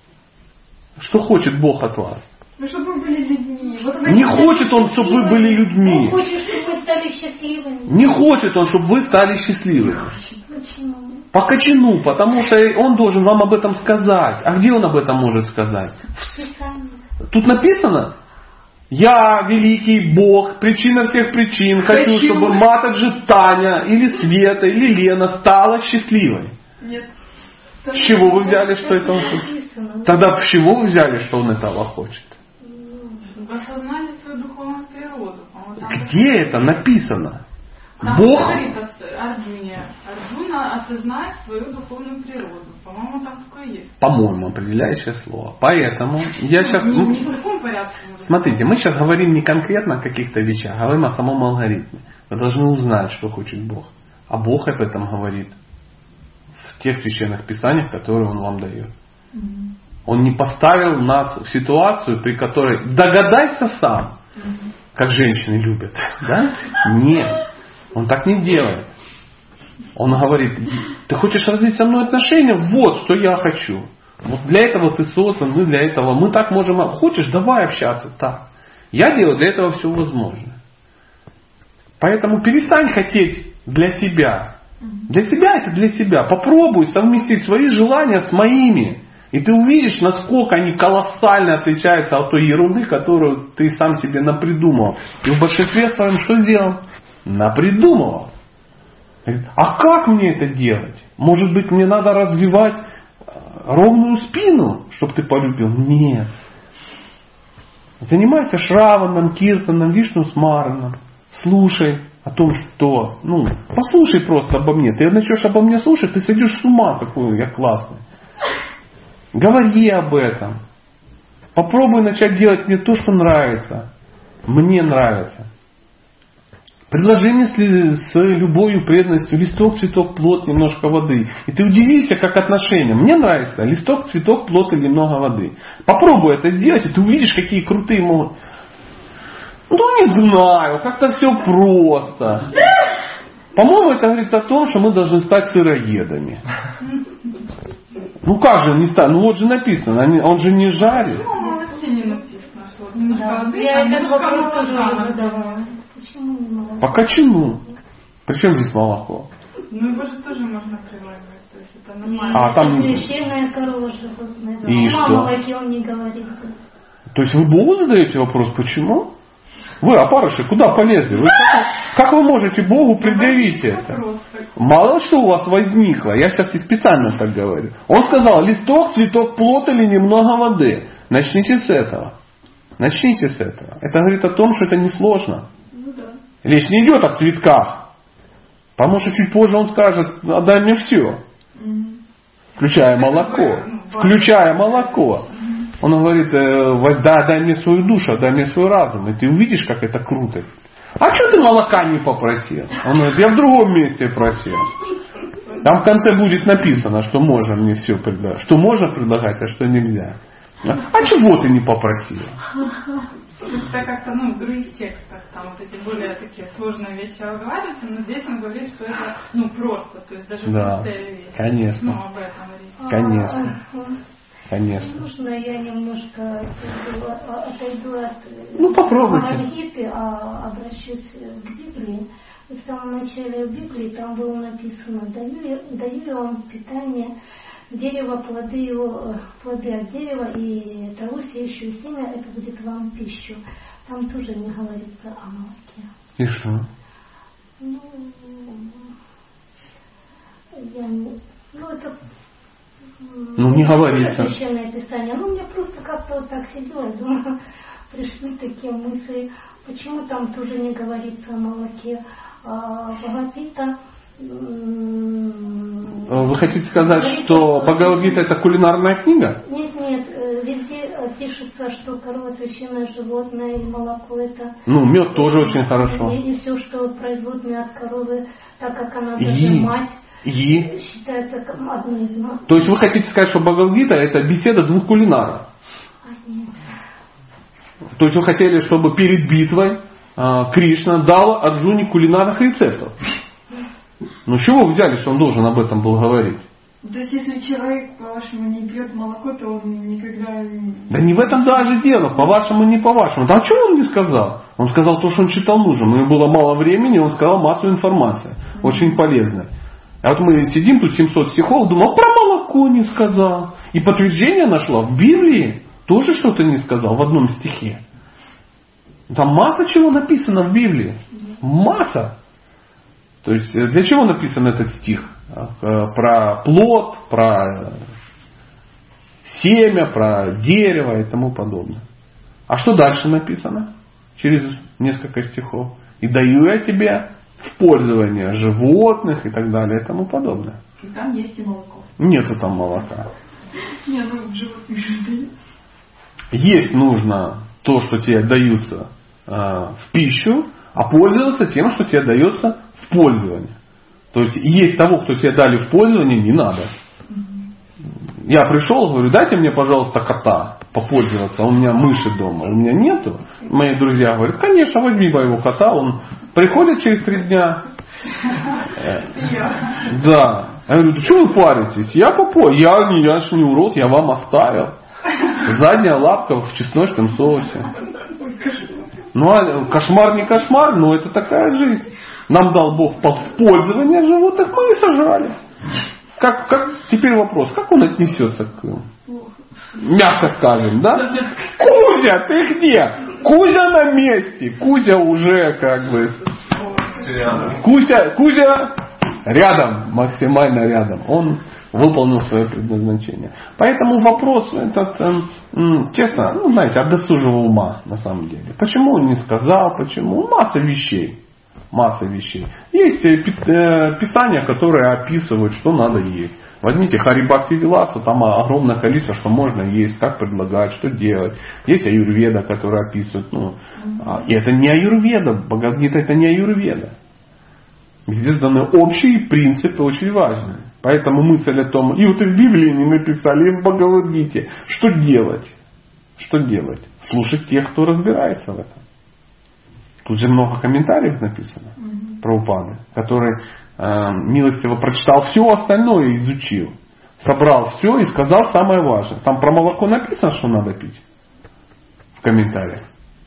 Что хочет Бог от вас? Чтобы вы были людьми. Не хочет Он, чтобы вы были людьми. Он хочет, чтобы вы стали счастливыми. Не хочет Он, чтобы вы стали счастливыми. Почему? Почему? Потому что Он должен вам об этом сказать. А где Он об этом может сказать? Тут написано: я великий Бог, причина всех причин. Хочу, чтобы Матаджи Таня или Света или Лена стала счастливой. Нет. С чего вы взяли, что это Он хочет? Тогда с чего вы взяли, что Он этого хочет? Осознали свою духовную природу. Где это написано? Там Бог говорит Арджуне. Арджуна осознает свою духовную природу. По-моему, там такое есть. По-моему, определяющее слово. Поэтому я сейчас... Не в таком порядке. Смотрите, мы сейчас говорим не конкретно о каких-то вещах, говорим о самом алгоритме. Вы должны узнать, что хочет Бог. А Бог об этом говорит в тех священных писаниях, которые Он вам дает. Он не поставил нас в ситуацию, при которой догадайся сам, как женщины любят. Да? Нет. Он так не делает. Он говорит, ты хочешь развить со мной отношения? Вот что я хочу. Вот для этого ты создан, мы для этого. Мы так можем... Хочешь, давай общаться так. Я делаю для этого все возможное. Поэтому перестань хотеть для себя. Для себя это для себя. Попробуй совместить свои желания с моими. И ты увидишь, насколько они колоссально отличаются от той ерунды, которую ты сам себе напридумывал. И в большинстве своем что сделал? Напридумывал. А как мне это делать? Может быть, мне надо развивать ровную спину, чтобы ты полюбил? Нет. Занимайся Шраваном, Киртаном, Вишну Смараном. Слушай о том, что... послушай просто обо мне. Ты начнешь обо мне слушать, ты сойдешь с ума, какой я классный. Говори об этом. Попробуй начать делать мне то, что нравится. Мне нравится. Предложи мне с любовью, преданностью листок, цветок, плод, немножко воды. И ты удивишься, как отношения. Мне нравится листок, цветок, плод или немного воды. Попробуй это сделать, и ты увидишь, какие крутые могут. Не знаю, как-то все просто. По-моему, это говорит о том, что мы должны стать сыроедами. Как же не стать? Вот же написано, он же не жарит. Вообще не написано, что немножко воды, я этот немножко вопрос тоже молока. задавала. Почему не молоко? Почему? Причем здесь молоко? Его же тоже можно прилагать. То есть это нормально. Там... Священная корова животное. И что? О молоке он не говорит. То есть вы Богу задаете вопрос, почему? Вы, опарыши, куда полезли? Как вы можете Богу предъявить это? Мало что у вас возникло. Я сейчас и специально так говорю. Он сказал, листок, цветок, плод или немного воды. Начните с этого. Начните с этого. Это говорит о том, что это несложно. Речь не идет о цветках. Потому что чуть позже он скажет, отдай мне все. Включая молоко. Включая молоко. Он говорит, дай мне свою душу, дай мне свой разум. И ты увидишь, как это круто. А что ты молока не попросил? Он говорит, я в другом месте просил. Там в конце будет написано, что можно мне все предлагать. Что можно предлагать, а что нельзя. А чего ты не попросил? Это как-то в других текстах там вот эти более такие сложные вещи оговариваются, но здесь он говорит, что это просто, то есть даже простые вещи. Конечно. Об этом речь. Конечно. Конечно. Можно я немножко отойду от попробуйте. Бхагавад-гиты, обращусь к Библии. И в самом начале Библии там было написано, даю я вам питание дерева, плоды от дерева и траву, сеющую семя, это будет вам пищу. Там тоже не говорится о молоке. И что? Это Ну, не говорится. Священное Писание. Ну, мне просто как-то вот так сидела, я думаю, пришли такие мысли, почему там тоже не говорится о молоке. Бхагавад-гита. Вы хотите сказать, что Бхагавад-гита это кулинарная книга? Нет, везде пишется, что корова священное животное или молоко это... Ну, мед тоже очень хорошо. И все, что производное от коровы, так как она даже мать, считается одной из мат. То есть вы хотите сказать, что Бхагавад-гита это беседа двух кулинаров? Нет. То есть вы хотели, чтобы перед битвой Кришна дал Арджуне кулинарных рецептов? Ну, с чего вы взяли, что он должен об этом был говорить? То есть, если человек, по-вашему, не пьет молоко, то он никогда... Да не в этом даже дело, по-вашему, не по-вашему. Да а чего он не сказал? Он сказал то, что он считал нужным. У него было мало времени, он сказал массу информации. Очень полезной. А вот мы сидим тут 700 стихов, думал, про молоко не сказал. И подтверждение нашла в Библии. Тоже что-то не сказал в одном стихе. Там масса чего написано в Библии. Масса. То есть для чего написан этот стих? Про плод, про семя, про дерево и тому подобное. А что дальше написано? Через несколько стихов. И даю я тебе в пользование животных и так далее и тому подобное. И там есть и молоко. Нету там молока. Не, ну животных же дают. Есть нужно то, что тебе даются в пищу, а пользоваться тем, что тебе дается в пользование. То есть есть того, кто тебе дали в пользование, не надо. Я пришел, говорю, дайте мне, пожалуйста, кота попользоваться. У меня мыши дома, у меня нету. Мои друзья говорят, конечно, возьми моего кота. Он приходит через 3 дня. Да. Я говорю, да что вы паритесь? Я попой. Я же не урод, я вам оставил. Задняя лапка в чесночном соусе. Ну, а кошмар не кошмар, но это такая жизнь. Нам дал Бог в пользование животных, мы и сожрали. Теперь вопрос, как он отнесется к... Мягко скажем, да? Кузя, ты где? Кузя на месте. Кузя уже как бы... Кузя рядом, максимально рядом. Он выполнил свое предназначение. Поэтому вопрос этот, честно, знаете, от досужего ума на самом деле. Почему он не сказал, почему? Масса вещей. Есть писания, которые описывают, что надо есть. Возьмите Харибхакти Виласа, там огромное количество, что можно есть, как предлагать, что делать. Есть аюрведа, которая описывает. И это не аюрведа, Бхагавад-гита это не аюрведа. Здесь даны общие принципы, очень важные. Поэтому мысль о том, и вот и в Библии не написали, и в Бхагавад-гите. Что делать? Слушать тех, кто разбирается в этом. Тут же много комментариев написано про Прабхупады, который милостиво прочитал все остальное и изучил. Собрал все и сказал самое важное. Там про молоко написано, что надо пить? В комментариях.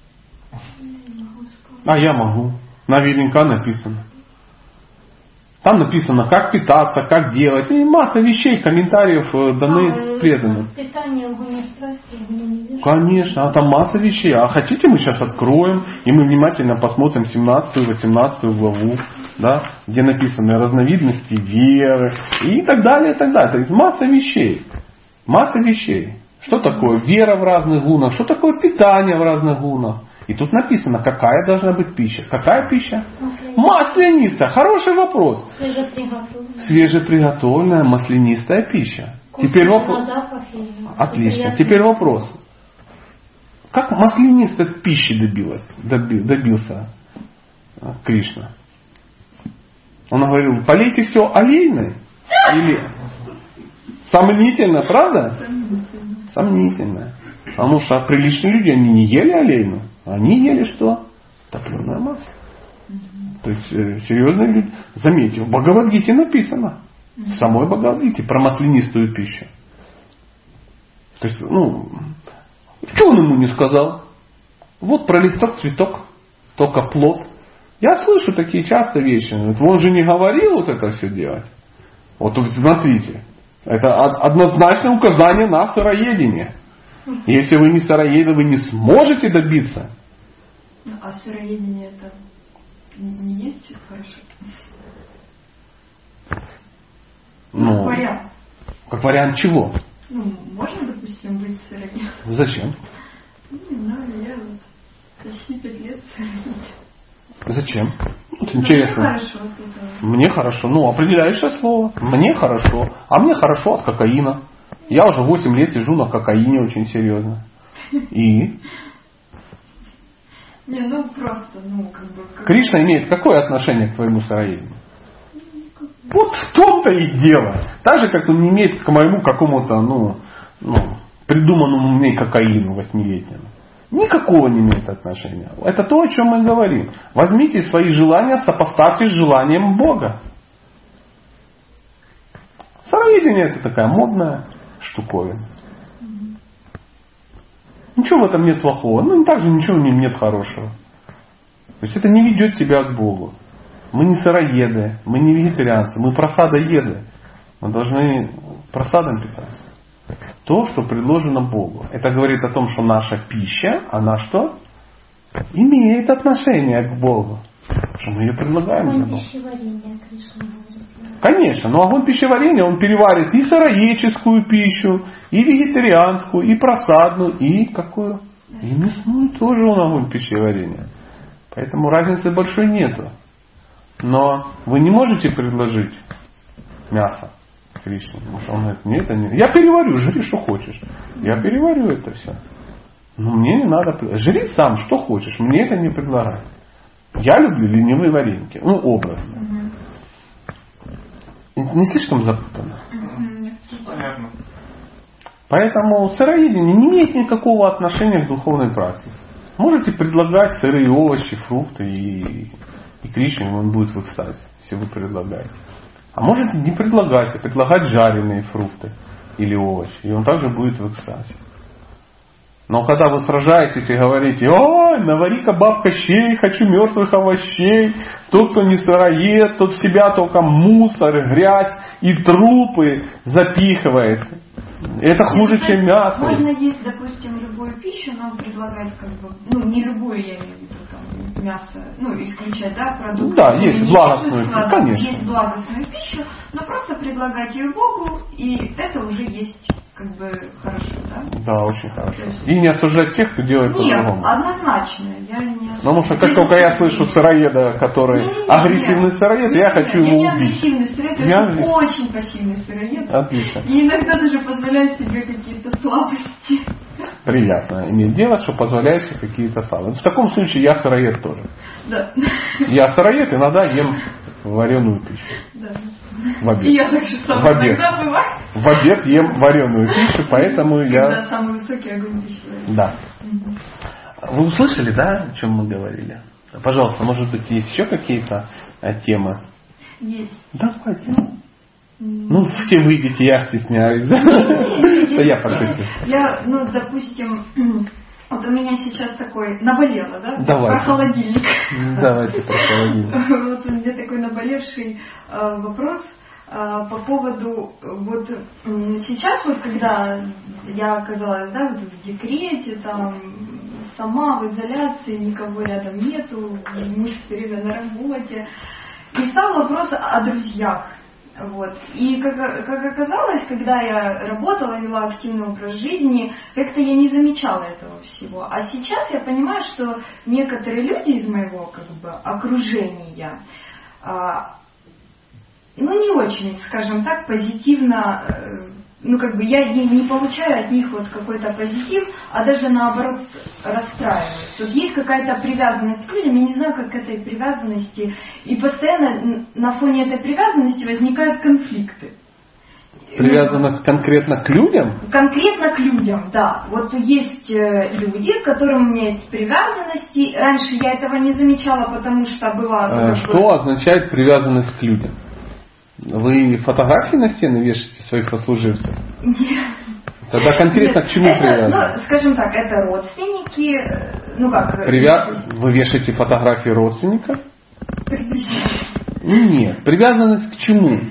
А я могу. Наверняка написано. Там написано, как питаться, как делать. И масса вещей, комментариев даны преданным. Питание огонь страсти, огонь. Конечно, а там масса вещей. А хотите, мы сейчас откроем, и мы внимательно посмотрим 17-18 главу, да, где написаны разновидности веры и так далее, и так далее. То есть масса вещей. Масса вещей. Что такое вера в разных гунах, что такое питание в разных гунах. И тут написано, какая должна быть пища. Какая пища? Маслянистая. Хороший вопрос. Свежеприготовленная маслянистая пища. Теперь вопрос. Отлично. Теперь вопрос. Как маслянистость пищи добился Кришна? Он говорил, полейте все олейной? Или сомнительно, правда? Сомнительно. Потому что приличные люди, они не ели олейну. Они ели что? Топленое масло. То есть серьезные люди. Заметьте, в Бхагавад-гите написано. В самой Бхагавад-гите про маслянистую пищу. То есть, что он ему не сказал? Вот про листок, цветок, только плод. Я слышу такие часто вещи. Он же не говорил вот это все делать. Вот смотрите. Это однозначное указание на сыроедение. Если вы не сыроеды, вы не сможете добиться. А сыроедение это не есть хорошо? Как вариант чего? Ну, можно, допустим, быть сыроедом. Зачем? Не знаю, я вот почти 5 лет сыроед. Зачем? Вот интересно. Мне хорошо от этого. Мне хорошо. Ну, определяющее слово. Мне хорошо. А мне хорошо от кокаина. Я уже 8 лет сижу на кокаине очень серьезно. И? Не, ну просто, ну, как бы... Кришна имеет какое отношение к твоему сыроедению? Вот в том-то и дело. Так же, как он не имеет к моему какому-то, придуманному мне кокаину 8-летнему. Никакого не имеет отношения. Это то, о чем мы говорим. Возьмите свои желания, сопоставьте с желанием Бога. Сыроедение это такая модная штуковина. Ничего в этом нет плохого. Ну, также ничего в нем нет хорошего. То есть это не ведет тебя к Богу. Мы не сыроеды, мы не вегетарианцы, мы просадоеды. Мы должны просадом питаться. То, что предложено Богу. Это говорит о том, что наша пища, она что? Имеет отношение к Богу. Что мы ее предлагаем для Бога. Конечно, но огонь пищеварения, он переварит и сыроедческую пищу, и вегетарианскую, и просадную, и какую? И мясную тоже он огонь пищеварения. Поэтому разницы большой нету. Но вы не можете предложить мясо Кришне. Потому что он говорит, нет, это не... Я переварю, жри, что хочешь. Я переварю это все. Но мне не надо... Жри сам, что хочешь. Мне это не предлагай. Я люблю ленивые вареники. Ну, образно. Не слишком запутанно? Понятно. Поэтому сыроедение не имеет никакого отношения к духовной практике. Можете предлагать сырые овощи, фрукты и Кришне он будет в экстазе, если вы предлагаете. А можете не предлагать, а предлагать жареные фрукты или овощи. И он также будет в экстазе. Но когда вы сражаетесь и говорите, ой, навари-ка бабка щей, хочу мертвых овощей, тот, кто не сыроед, тот в себя только мусор, грязь и трупы запихивает. Это хуже, чем мясо. Можно есть, допустим, любую пищу, но предлагать как бы, ну не любую, я имею в виду, там, мясо, ну исключать, да, продукты. Да, есть благостную пищу, конечно. Есть благостную пищу, но просто предлагать ее Богу, и это уже есть как бы хорошо, да? Да, очень хорошо. И не осуждать тех, кто делает по-другому. Нет, однозначно. Я не осуждаю. Потому что как только я слышу сыроеда, который агрессивный сыроед, я хочу его убить. Я не убить. агрессивный сыроед, я очень пассивный сыроед. Отлично. И иногда даже позволяю себе какие-то слабости. Приятно иметь дело, что позволяет себе какие-то слабости. В таком случае я сыроед тоже. Да. Я сыроед, иногда ем вареную пищу. Да. В обед. И я так же сама иногда бывает. В обед ем вареную пищу, поэтому я... Когда самый высокий огонь пищеварения. Да. Вы услышали, да, о чем мы говорили? Пожалуйста, может быть, есть еще какие-то темы? Есть. Давайте. Ну, все выйдете, я стесняюсь. Да я пошутил. Я, допустим, вот у меня сейчас такой наболело, да? Давайте. Про холодильник. Давайте про холодильник. Вот у меня такой наболевший вопрос по поводу вот сейчас вот когда я оказалась, да, вот в декрете, там сама в изоляции, никого рядом нету, муж все время на работе, и стал вопрос о друзьях. Вот. И как оказалось, когда я работала, вела активный образ жизни, как-то я не замечала этого всего. А сейчас я понимаю, что некоторые люди из моего как бы окружения, не очень, скажем так, позитивно, я не получаю от них вот какой-то позитив, а даже наоборот расстраиваюсь. Вот есть какая-то привязанность к людям, я не знаю, как к этой привязанности, и постоянно на фоне этой привязанности возникают конфликты. Привязанность конкретно к людям? Конкретно к людям, да. Вот есть люди, к которым у меня есть привязанности. Раньше я этого не замечала, потому что была... Что означает привязанность к людям? Вы фотографии на стены вешаете своих сослуживцев? Нет. Тогда конкретно к чему привязаны? Скажем так, это родственники, Вы вешаете фотографии родственников? Нет. Привязанность к чему?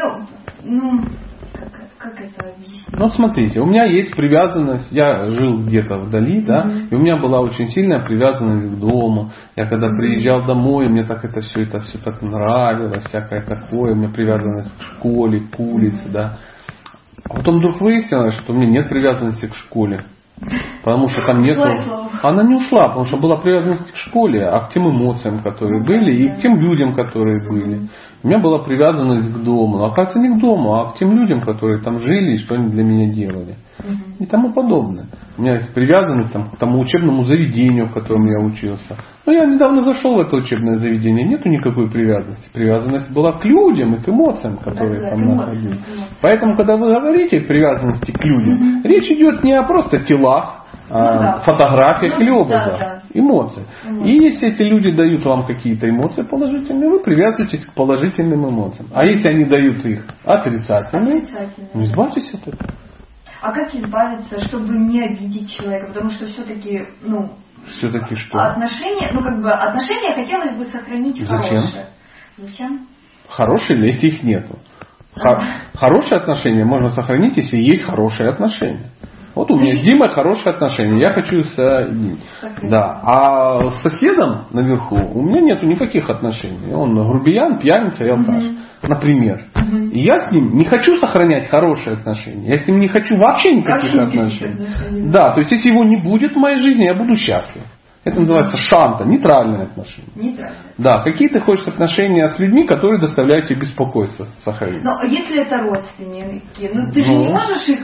Как это объяснить? Вот смотрите, у меня есть привязанность, я жил где-то вдали, да, и у меня была очень сильная привязанность к дому. Я когда приезжал домой, мне так это все так нравилось, всякое такое, у меня привязанность к школе, к улице, да. А потом вдруг выяснилось, что у меня нет привязанности к школе. Потому что там нет... Она не ушла, потому что была привязанность к школе, а к тем эмоциям, которые были, и к тем людям, которые были. У меня была привязанность к дому. Но, оказывается, не к дому, а к тем людям, которые там жили и что они для меня делали. И тому подобное. У меня есть привязанность к тому учебному заведению, в котором я учился. Но я недавно зашел в это учебное заведение, нету никакой привязанности. Привязанность была к людям и к эмоциям, которые там находились. Поэтому, когда вы говорите о привязанности к людям, речь идет не о просто телах, фотографиях или образах, эмоций. И если эти люди дают вам какие-то эмоции положительные, вы привязываетесь к положительным эмоциям. А если они дают их отрицательные, ну избавьтесь от этого. А как избавиться, чтобы не обидеть человека? Потому что все-таки, все-таки что? Отношения хотелось бы сохранить хорошие. Зачем? Хорошие, если их нету. Хорошие отношения можно сохранить, если есть хорошие отношения. Вот у меня с Димой хорошие отношения, я хочу их соединить. Да. А с соседом наверху у меня нету никаких отношений. Он грубиян, пьяница и алкаш. Например. И я с ним не хочу сохранять хорошие отношения. Я с ним не хочу вообще никаких отношений. Да, то есть если его не будет в моей жизни, я буду счастлив. Это называется шанта, нейтральные отношения. Да, какие ты хочешь отношения с людьми, которые доставляют тебе беспокойство сохранить. Но если это родственники, ты же не можешь их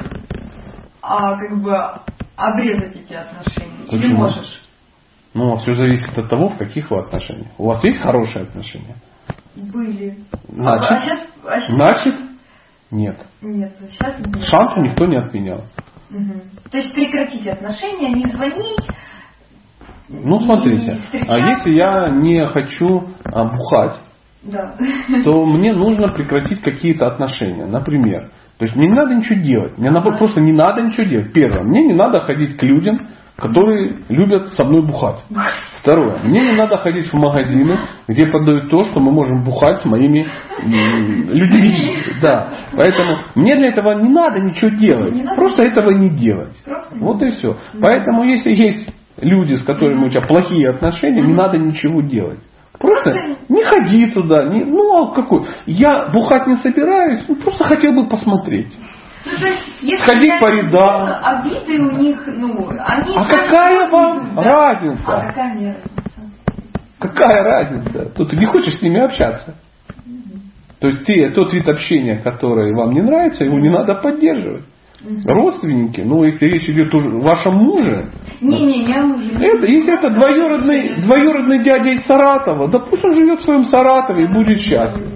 обрезать эти отношения. Почему? Или можешь? Все зависит от того, в каких вы отношениях. У вас есть хорошие отношения? Были. Значит, нет. Нет, сейчас нет. Шанту никто не отменял. То есть прекратить отношения, не звонить. Смотрите, а если я не хочу бухать, то мне нужно прекратить какие-то отношения. Например, то есть мне не надо ничего делать. Мне просто не надо ничего делать. Первое, мне не надо ходить к людям, которые любят со мной бухать. Второе, мне не надо ходить в магазины, где продают то, что мы можем бухать с моими людьми. Да. Поэтому мне для этого не надо ничего делать. Просто этого не делать. Вот и все. Поэтому если есть люди, с которыми у тебя плохие отношения, не надо ничего делать. Просто не ходи туда. Я бухать не собираюсь, просто хотел бы посмотреть. Сходить по рядам. Обиды у них, они... А какая вам разница? А какая мне разница? Какая разница? Тут ты не хочешь с ними общаться. То есть тот вид общения, который вам не нравится, его не надо поддерживать. Родственники, если речь идет о вашем муже. Не о муже. Если это двоюродный дядя из Саратова, да пусть он живет в своем Саратове и будет счастлив.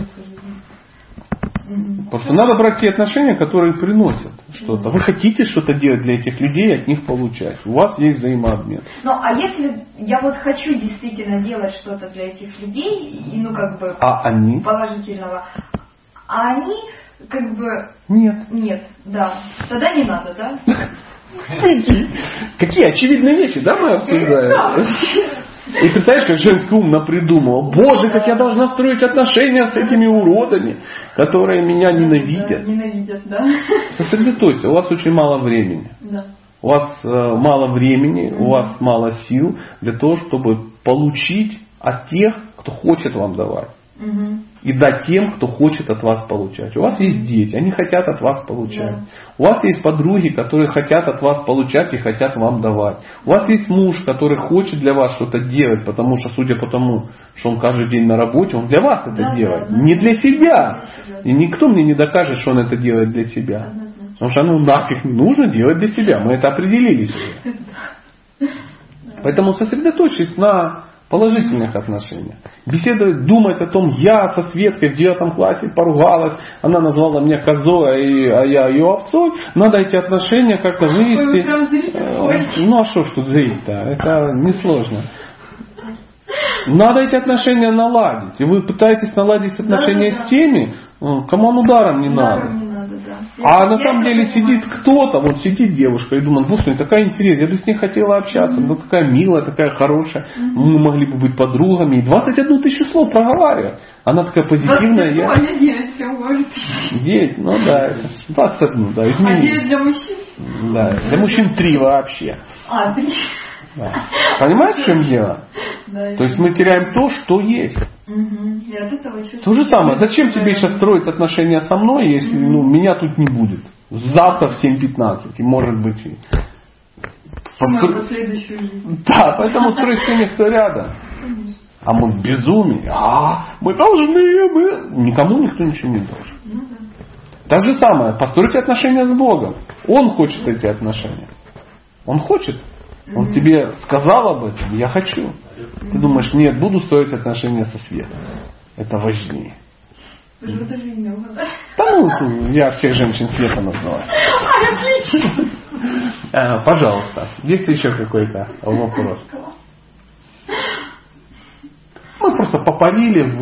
Потому что надо брать те отношения, которые приносят что-то. Вы хотите что-то делать для этих людей, от них получать. У вас есть взаимообмен. А если я хочу действительно делать что-то для этих людей, и они? Положительного, а они Нет, да. Тогда не надо, да? Какие очевидные вещи, да, мы обсуждаем? И представляешь, как женский ум напридумывал. Боже, как я должна строить отношения с этими уродами, которые меня ненавидят. Ненавидят, да. Сосредотойся, у вас очень мало времени. Да. У вас мало времени, у вас мало сил для того, чтобы получить от тех, кто хочет вам давать. И дать тем, кто хочет от вас получать. У вас есть дети, они хотят от вас получать. У вас есть подруги, которые хотят от вас получать и хотят вам давать. У вас есть муж, который хочет для вас что-то делать, потому что, судя по тому, что он каждый день на работе, он для вас это делает. Не для себя. И никто мне не докажет, что он это делает для себя. Потому что нафиг не нужно делать для себя. Мы это определили себе. Поэтому сосредоточьтесь на положительных отношениях. Беседовать, думать о том, я со Светкой в 9 классе поругалась, она назвала меня козой, а я ее овцой. Надо эти отношения как-то вывести. А что ж тут зрить-то? Это несложно. Надо эти отношения наладить. И вы пытаетесь наладить отношения с теми, кому он ударом не надо. А на самом деле сидит кто-то, сидит девушка и думает, господи, такая интересная, я бы с ней хотела общаться, она такая милая, такая хорошая, мы могли бы быть подругами. И 21 тысячу слов проговаривает. Она такая позитивная. 9 всего может. 9, 21, да, измени. А 9 для мужчин? Да, для мужчин 3 вообще. 3. Да. Понимаете, в чем дело? Да, то есть мы теряем то, что есть. И от этого То же самое. Зачем тебе сейчас строить отношения со мной, если меня тут не будет? Завтра в 7:15. И может быть... последующую жизнь. Да, поэтому строй с теми, кто рядом. А мы безумие. Мы должны. Никому никто ничего не должен. Так же самое. Постройте отношения с Богом. Он хочет эти отношения. Он хочет. Он тебе сказал об этом. Я хочу. Ты думаешь, нет, буду строить отношения со светом. Это важнее. Вы же даже имя угадали. Да я всех женщин света называю. Отлично. Пожалуйста. Есть еще какой-то вопрос? Мы просто попарили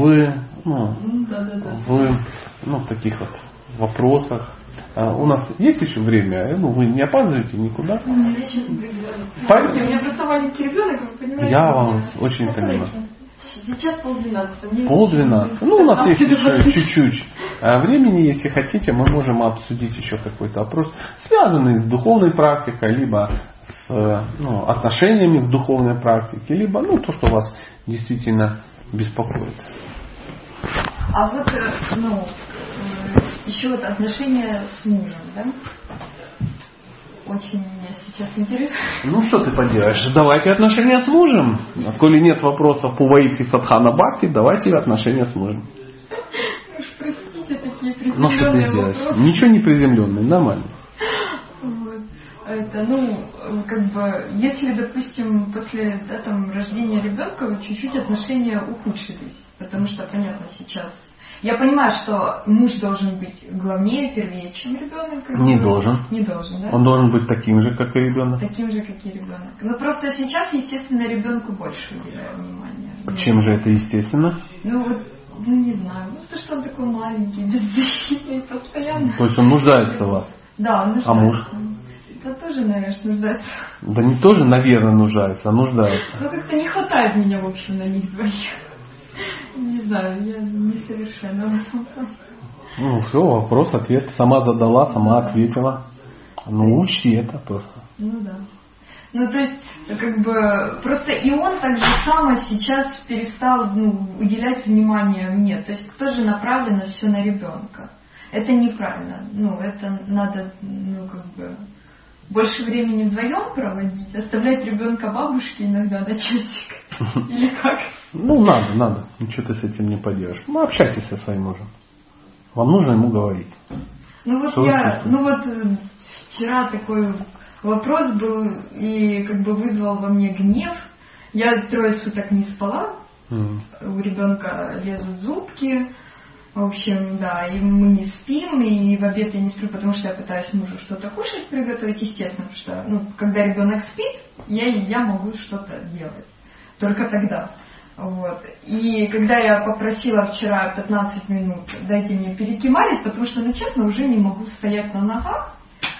в таких вот вопросах. У нас есть еще время? Вы не опаздываете никуда? У меня просто маленький ребенок, вы понимаете? Я вам очень понимаю. Сейчас 11:30. 11:30. У нас есть еще чуть-чуть времени, если хотите, мы можем обсудить еще какой-то вопрос, связанный с духовной практикой, либо с отношениями в духовной практике, либо то, что вас действительно беспокоит. А вот, еще вот отношения с мужем, да? Очень меня сейчас интересует. Что ты поделаешь? Давайте отношения с мужем. Коли нет вопросов по Ваидхи Садхана Бхакти, давайте отношения с мужем. Уж простите, такие приземленные что ты сделаешь? вопросы. Ничего не приземленное, нормально. Если, допустим, после рождения ребенка вот чуть-чуть отношения ухудшились, потому что, понятно, сейчас я понимаю, что муж должен быть главнее, первее, чем ребенок. Не должен. Не должен, да? Он должен быть таким же, как и ребенок. Таким же, как и ребенок. Но просто сейчас, естественно, ребенку больше уделяю внимания. Чем же это естественно? Не знаю. То, что он такой маленький, беззащитный, постоянно. То есть он нуждается в вас? Да, он нуждается. А муж? Да тоже, наверное, нуждается. Да не тоже, наверное, нуждается, а нуждается. Как-то не хватает меня, в общем, на них двоих. Не знаю, я несовершенна. Все, вопрос, ответ. Сама задала, сама ответила. Учти это просто. Да. То есть, просто и он так же само сейчас перестал уделять внимание мне. То есть, тоже направлено все на ребенка. Это неправильно. Это надо, больше времени вдвоем проводить, оставлять ребенка бабушке иногда на часик. Или как? Надо. Ничего ты с этим не поделаешь. Общайтесь со своим мужем. Вам нужно ему говорить. Вчера такой вопрос был и вызвал во мне гнев. Я 3 суток не спала. У ребенка лезут зубки. В общем, да, и мы не спим, и в обед я не сплю, потому что я пытаюсь мужу что-то кушать, приготовить, естественно, потому что, когда ребенок спит, я могу что-то делать. Только тогда. И когда я попросила вчера 15 минут, дайте мне перекимарить, потому что, честно, уже не могу стоять на ногах,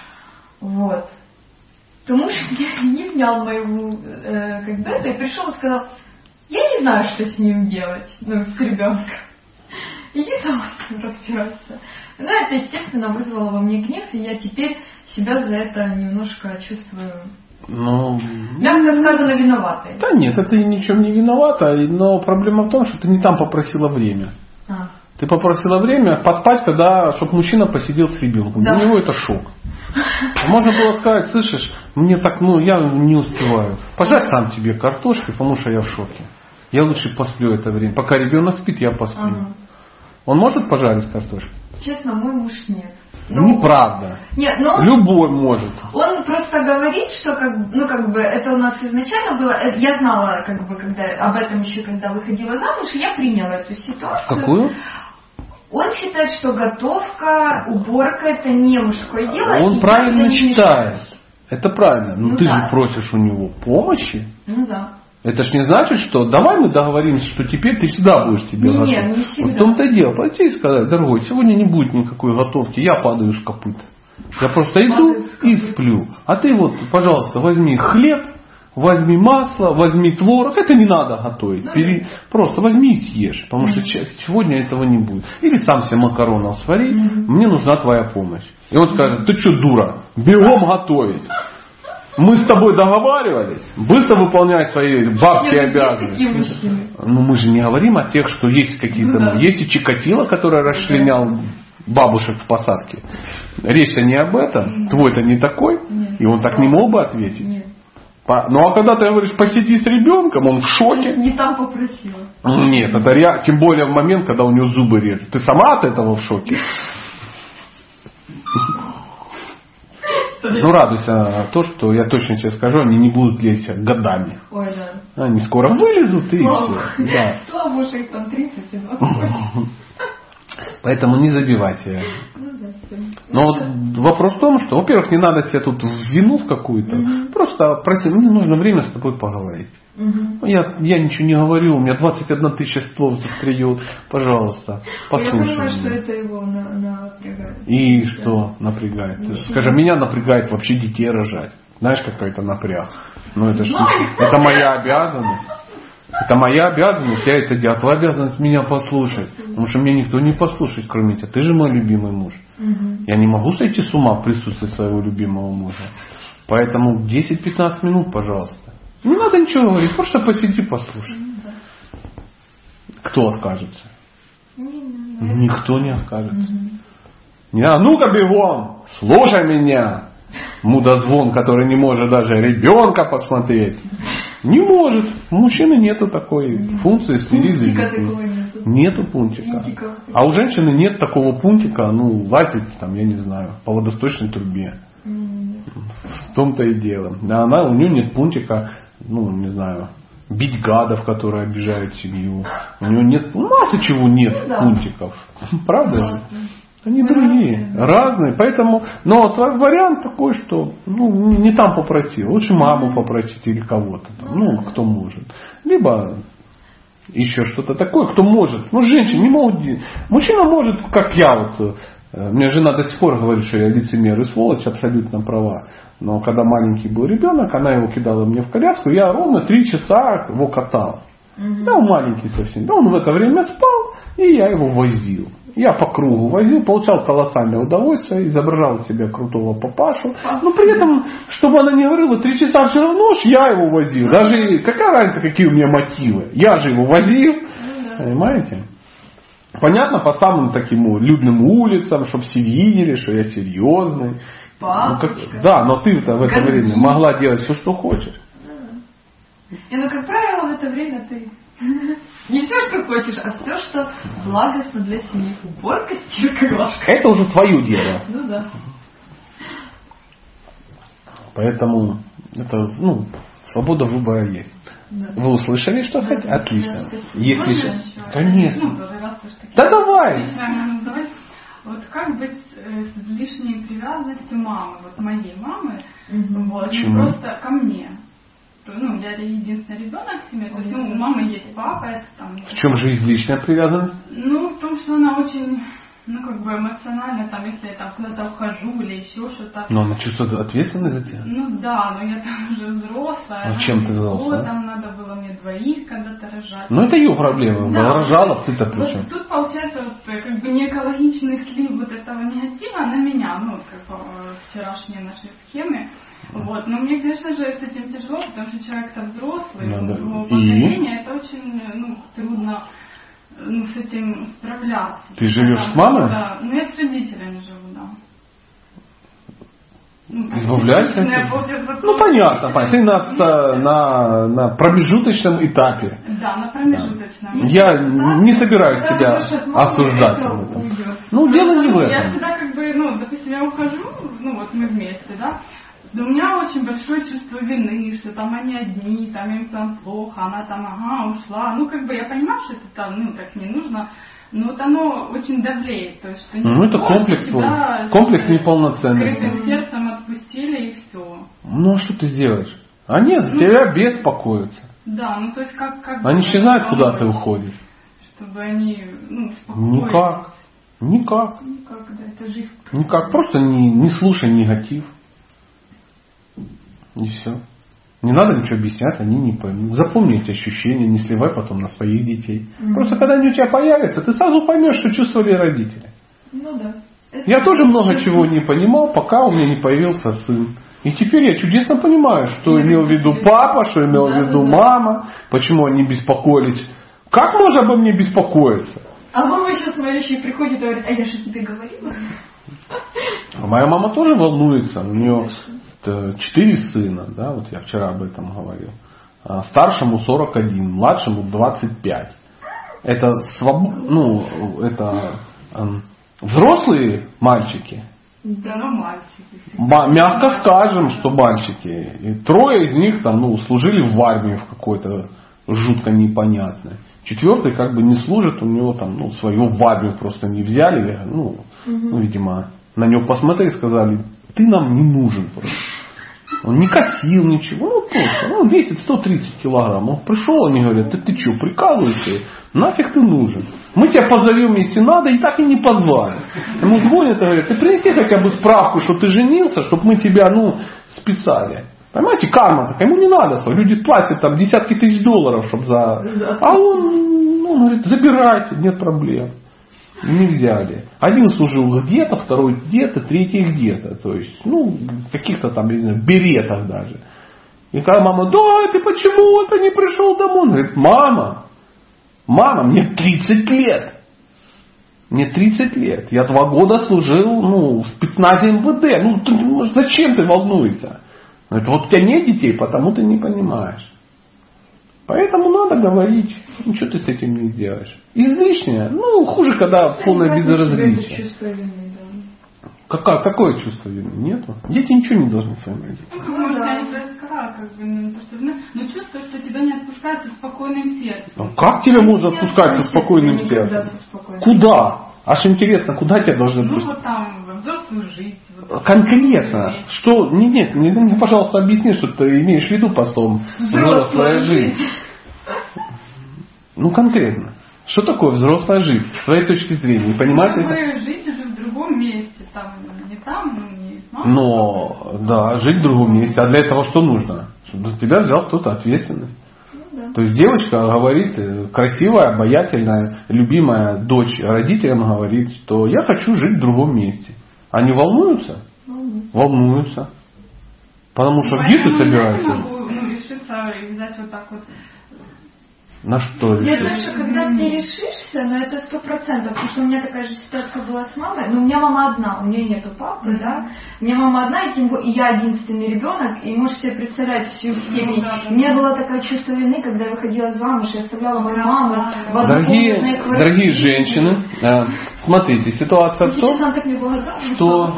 то муж не внял моему когда-то и пришел и сказал, я не знаю, что с ним делать, с ребенком. Иди сама с ним разбирайся. Это, естественно, вызвало во мне гнев, и я теперь себя за это немножко чувствую, мягко сказано, виноватой. Да нет, ты ни в чем не виновата, но проблема в том, что ты не там попросила время. Ты попросила время поспать, чтобы мужчина посидел с ребенком. Да. Для него это шок. Можно было сказать, слышишь, мне так, я не успеваю. Пожарь сам себе картошки, потому что я в шоке. Я лучше посплю это время. Пока ребенок спит, я посплю. Он может пожарить картошку? Честно, мой муж нет. Неправда. Нет, любой может. Он просто говорит, что это у нас изначально было. Я знала, когда об этом еще когда выходила замуж, и я приняла эту ситуацию. Какую? Он считает, что готовка, уборка это не мужское дело. Он правильно считает. Это правильно. Ты же просишь у него помощи. Да. Это ж не значит, что давай мы договоримся, что теперь ты всегда будешь себе готовить. Нет, не всегда. В том-то и дело. Пойти и сказать, дорогой, сегодня не будет никакой готовки, я падаю с копыт. Я просто иду и сплю. А ты пожалуйста, возьми хлеб, возьми масло, возьми творог. Это не надо готовить. Просто возьми и съешь. Потому что сегодня этого не будет. Или сам себе макаронов свари, мне нужна твоя помощь. И он скажет, ты что, дура, бегом готовить. Мы с тобой договаривались быстро выполнять свои бабские обязанности. Ну мы же не говорим о тех, что есть какие-то... Ну, да. Есть и Чикатило, который расчленял бабушек в посадке. Речь-то не об этом. Твой-то не такой. Нет. И он так не мог бы ответить. Нет. Ну а когда ты говоришь посиди с ребенком, он в шоке. Не там попросила. Нет, это тем более в момент, когда у него зубы режут. Ты сама от этого в шоке? Ну, радуйся то, что я точно тебе скажу, они не будут лезть годами. Ой, да. Они скоро вылезут и все. Да. Слава Богу, их там 30 и 20. Поэтому не забивайся. Но вот вопрос в том, что, во-первых, не надо себе тут в вину в какую-то. Просто проси, мне нужно время с тобой поговорить. Я ничего не говорю, у меня 21 тысяча слов застряет. Пожалуйста, послушай. Я понимаю, что это его напрягает. И что напрягает? Скажи, меня напрягает вообще детей рожать. Знаешь, какой это напряг? Ну это что? Это моя обязанность. Это моя обязанность, я это делаю. Твоя обязанность меня послушать. Потому что меня никто не послушает, кроме тебя. Ты же мой любимый муж. Я не могу сойти с ума в присутствии своего любимого мужа. Поэтому 10-15 минут, пожалуйста. Не надо ничего говорить, просто посиди, послушай. Кто откажется? Никто не откажется. А ну-ка бегом, слушай меня. Мудозвон, который не может даже ребенка посмотреть. Не может. У мужчины нету такой функции следить за детьми. Нету пунктика. А у женщины нет такого пунктика, лазить там, я не знаю, по водосточной трубе. В том-то и дело. А у нее нет пунктика, не знаю, бить гадов, которые обижают семью. У нее нет, масса чего нет пунктиков. Правда же? Они другие, разные. Поэтому, но вариант такой, что не там попросил. Лучше маму попросить или кого-то там, кто может. Либо еще что-то такое, кто может. Женщины не могут. Мужчина может, как я Мне жена до сих пор говорит, что я лицемер и сволочь, абсолютно права. Но когда маленький был ребенок, она его кидала мне в коляску, я ровно 3 часа его катал. Да, он маленький совсем. Да, он в это время спал, и я его возил. Я по кругу возил, получал колоссальное удовольствие, изображал себя крутого папашу. Но при этом, чтобы она не говорила, 3 часа все равно я его возил. Даже какая разница, какие у меня мотивы. Я же его возил. Понимаете? Понятно, по самым таким людным улицам, чтобы все видели, что я серьезный. Да, но ты-то в это время могла делать все, что хочешь. И как правило, в это время ты не все, что хочешь, а все, что благостно для семьи. Уборка, стирка, глажка. Это уже твое дело. Ну да. Поэтому это, свобода выбора есть. Да. Вы услышали, что хотите? Отлично. Да, если же... Конечно. Да давай. Вот как быть с лишней привязанностью мамы, моей мамы, просто ко мне. Я единственный ребенок в семье, то есть у мамы есть папа. Это, там, в чем же излишняя привязанность? В том, что она очень, эмоционально, если я там куда-то ухожу или еще что-то. Но она чувствует ответственность за тебя? Да, но я там уже взрослая. А чем ты взрослая? Там надо было мне 2 когда-то рожать. Это ее проблема. Да. Рожала, ты-то причем. Тут получается не экологичный слив этого негатива на меня, вчерашние наши схемы. Но мне, конечно же, с этим тяжело, потому что человек-то взрослый, его поколение, это очень трудно с этим справляться. Ты живешь с мамой? Да, я с родителями живу, да. Избавляйся? Понятно. Ты на промежуточном этапе. Да, на промежуточном. Я не собираюсь тебя осуждать в этом. Дело не в этом. Я всегда допустим, я ухожу, мы вместе, да. Но у меня очень большое чувство вины, что там они одни, там им там плохо, она там, ушла. Я понимаю, что это там, так не нужно, но оно очень давлеет. То есть, что это комплекс неполноценности. Открытым сердцем отпустили и все. А что ты сделаешь? Они за тебя беспокоятся. Да, то есть как они еще знают, куда ты уходишь. Чтобы они, спокойно. Никак, да, это жизнь. Никак, просто не слушай негатив. И все. Не надо ничего объяснять, они не поймут. Запомни эти ощущения, не сливай потом на своих детей. Просто когда они у тебя появятся, ты сразу поймешь, что чувствовали родители. Да. Я тоже много чего не понимал, пока у меня не появился сын. И теперь я чудесно понимаю, что имел в виду папа, что имел в виду мама, почему они беспокоились. Как можно обо мне беспокоиться? А мама сейчас смотрящая приходит и говорит, а я же тебе говорила. Моя мама тоже волнуется. У нее 4 сына, да, вот я вчера об этом говорил. Старшему 41, младшему 25. Это, это взрослые мальчики. Да, но мальчики. Мягко скажем, что мальчики. И 3 из них там, служили в армии в какой-то жутко непонятной. 4 как бы не служит, у него там, свою в армию просто не взяли. Видимо, на него посмотрели и сказали, ты нам не нужен просто. Он не косил ничего, просто. Он весит 130 килограмм. Он пришел, они говорят, ты что, прикалываешься? Нафиг ты нужен? Мы тебя позовем, если надо, и так и не позвали. Ему звонят и говорят, ты принеси хотя бы справку, что ты женился, чтобы мы тебя, списали. Понимаете, карма-то, ему не надо. Люди платят там десятки тысяч долларов, чтобы за... А он говорит, забирайте, нет проблем. Не взяли. Один служил где-то, 2 где-то, 3 где-то. То есть, в каких-то там, беретах даже. И когда мама, да, ты почему-то не пришел домой? Он говорит, мама, мне 30 лет. Мне 30 лет. Я 2 года служил, в спецназе МВД. Зачем ты волнуешься? Говорит, вот у тебя нет детей, потому ты не понимаешь. Поэтому надо говорить, ничего ты с этим не сделаешь. Излишнее, хуже, когда полное безразличие. Какое чувство вины? Нету. Дети ничего не должны своим родителям. Может, я не сказала, но чувствую, что тебя не отпускают со спокойным сердцем. Как тебя можно отпускать со спокойным сердцем? Куда? Аж интересно, куда тебя должны отпустить? Там, взрослую жизнь. Конкретно. Что? Нет, мне, пожалуйста, объясни, что ты имеешь в виду послом взрослая жизнь. Конкретно. Что такое взрослая жизнь? С твоей точки зрения. Понимаете это? Жить уже в другом месте. Не с мамой. Жить в другом месте. А для этого что нужно? Чтобы за тебя взял кто-то ответственный. То есть девочка говорит, красивая, обаятельная, любимая дочь родителям говорит, что я хочу жить в другом месте. Они волнуются? Волнуются. Потому что где ты собираешься? Я не могу решиться и взять вот так вот. На что решишься? Я думаю, что когда ты решишься, но это 100%, потому что у меня такая же ситуация была с мамой, но у меня мама одна, у нее нету папы, да, у меня мама одна, и я 11-й ребенок, и можете себе представлять всю степень. У меня было такое чувство вины, когда я выходила замуж, я оставляла мою маму в однокомнатной квартире. Дорогие женщины, смотрите, ситуация в том, что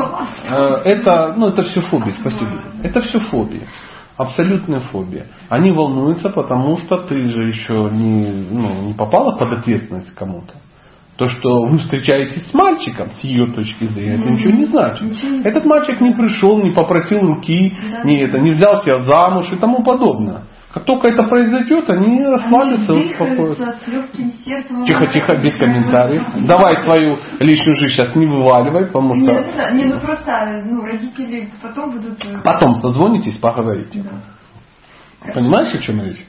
это все фобия, спасибо. Это все фобия. Абсолютная фобия. Они волнуются, потому что ты же еще не попала под ответственность кому-то. То, что вы встречаетесь с мальчиком, с ее точки зрения, это ничего не значит. Этот мальчик не пришел, не попросил руки, не взял тебя замуж и тому подобное. Как только это произойдет, они расслабятся, успокоятся. Тихо, без комментариев. Давай свою личную жизнь сейчас не вываливай, потому что... родители потом будут... Потом позвонитесь, поговорите. Да. Понимаешь, о чем речь?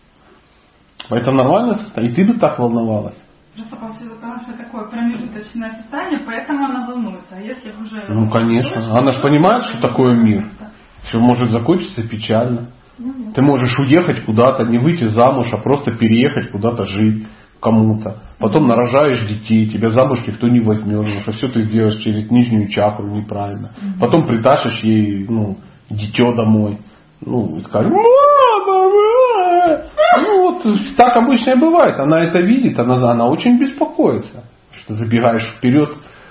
Это нормально состояние. И ты бы так волновалась. Просто потому что такое промежуточное состояние, поэтому она волнуется. А если уже... Конечно. Она же понимает, что такое мир. Все может закончиться печально. Ты можешь уехать куда-то, не выйти замуж, а просто переехать куда-то жить кому-то. Потом нарожаешь детей, тебя замуж никто не возьмет, потому что все ты сделаешь через нижнюю чакру неправильно. Потом притащишь ей дитё домой. И скажешь, мама! Так обычно и бывает. Она это видит, она очень беспокоится. Что ты забегаешь вперед,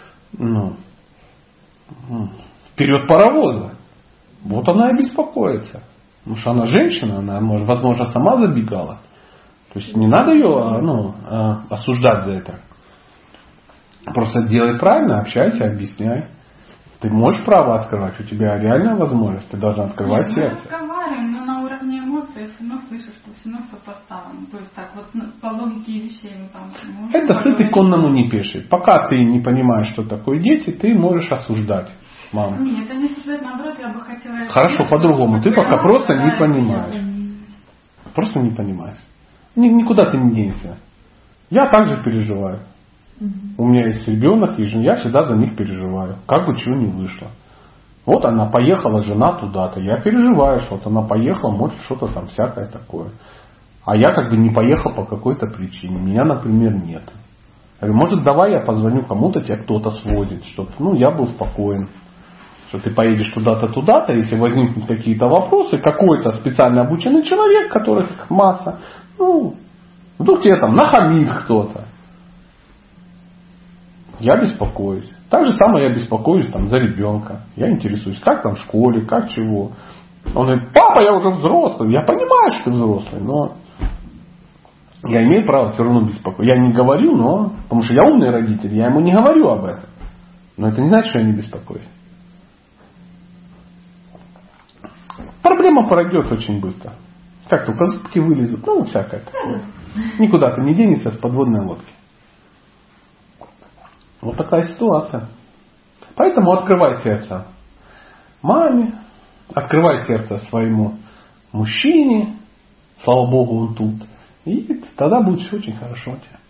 вперед паровоза. Вот она и беспокоится. Потому что она женщина, она, возможно, сама забегала. То есть не надо ее осуждать за это. Просто делай правильно, общайся, объясняй. Ты можешь право открывать, у тебя реальная возможность, ты должна открывать сердце. Мы разговариваем, но на уровне эмоций я все равно слышу, что все равно сопоставлено. То есть так вот по логике вещей мы там... Это сытый конному не пеший. Пока ты не понимаешь, что такое дети, ты можешь осуждать маму. Нет, это не осуждать, наоборот, я бы хотела... Хорошо, по-другому. Ты пока просто не понимаешь. Просто не понимаешь. Никуда ты не денешься. Я также переживаю. У меня есть ребенок и жена, я всегда за них переживаю. Как бы чего не вышло. Вот она поехала, жена туда-то. Я переживаю, что вот она поехала, может что-то там всякое такое. А я как бы не поехал по какой-то причине. Меня, например, нет. Я говорю, может, давай я позвоню кому-то, тебя кто-то сводит, чтобы я был спокоен. Что ты поедешь туда-то, туда-то, если возникнут какие-то вопросы, какой-то специально обученный человек, которых масса, вдруг тебе там нахамит кто-то. Я беспокоюсь. Так же самое я беспокоюсь там за ребенка. Я интересуюсь, как там в школе, как чего. Он говорит, папа, я уже взрослый. Я понимаю, что ты взрослый, но я имею право все равно беспокоиться. Я не говорю, но... Потому что я умный родитель, я ему не говорю об этом. Но это не значит, что я не беспокоюсь. Проблема пройдет очень быстро. Как только зубки вылезут, всякое такое. Никуда ты не денется с подводной лодки. Вот такая ситуация. Поэтому открывай сердце маме, открывай сердце своему мужчине, слава Богу, он тут. И тогда будет все очень хорошо у тебя.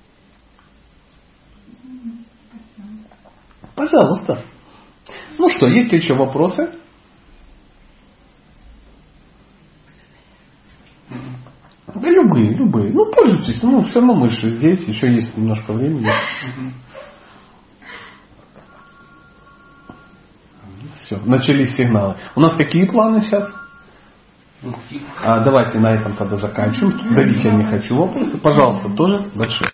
Пожалуйста. Ну что, есть ли еще вопросы? Да любые. Пользуйтесь. Все равно мы же здесь, еще есть немножко времени. Все, начались сигналы. У нас какие планы сейчас? Давайте на этом тогда заканчиваем. Давить я не хочу вопросы. Пожалуйста, тоже большое.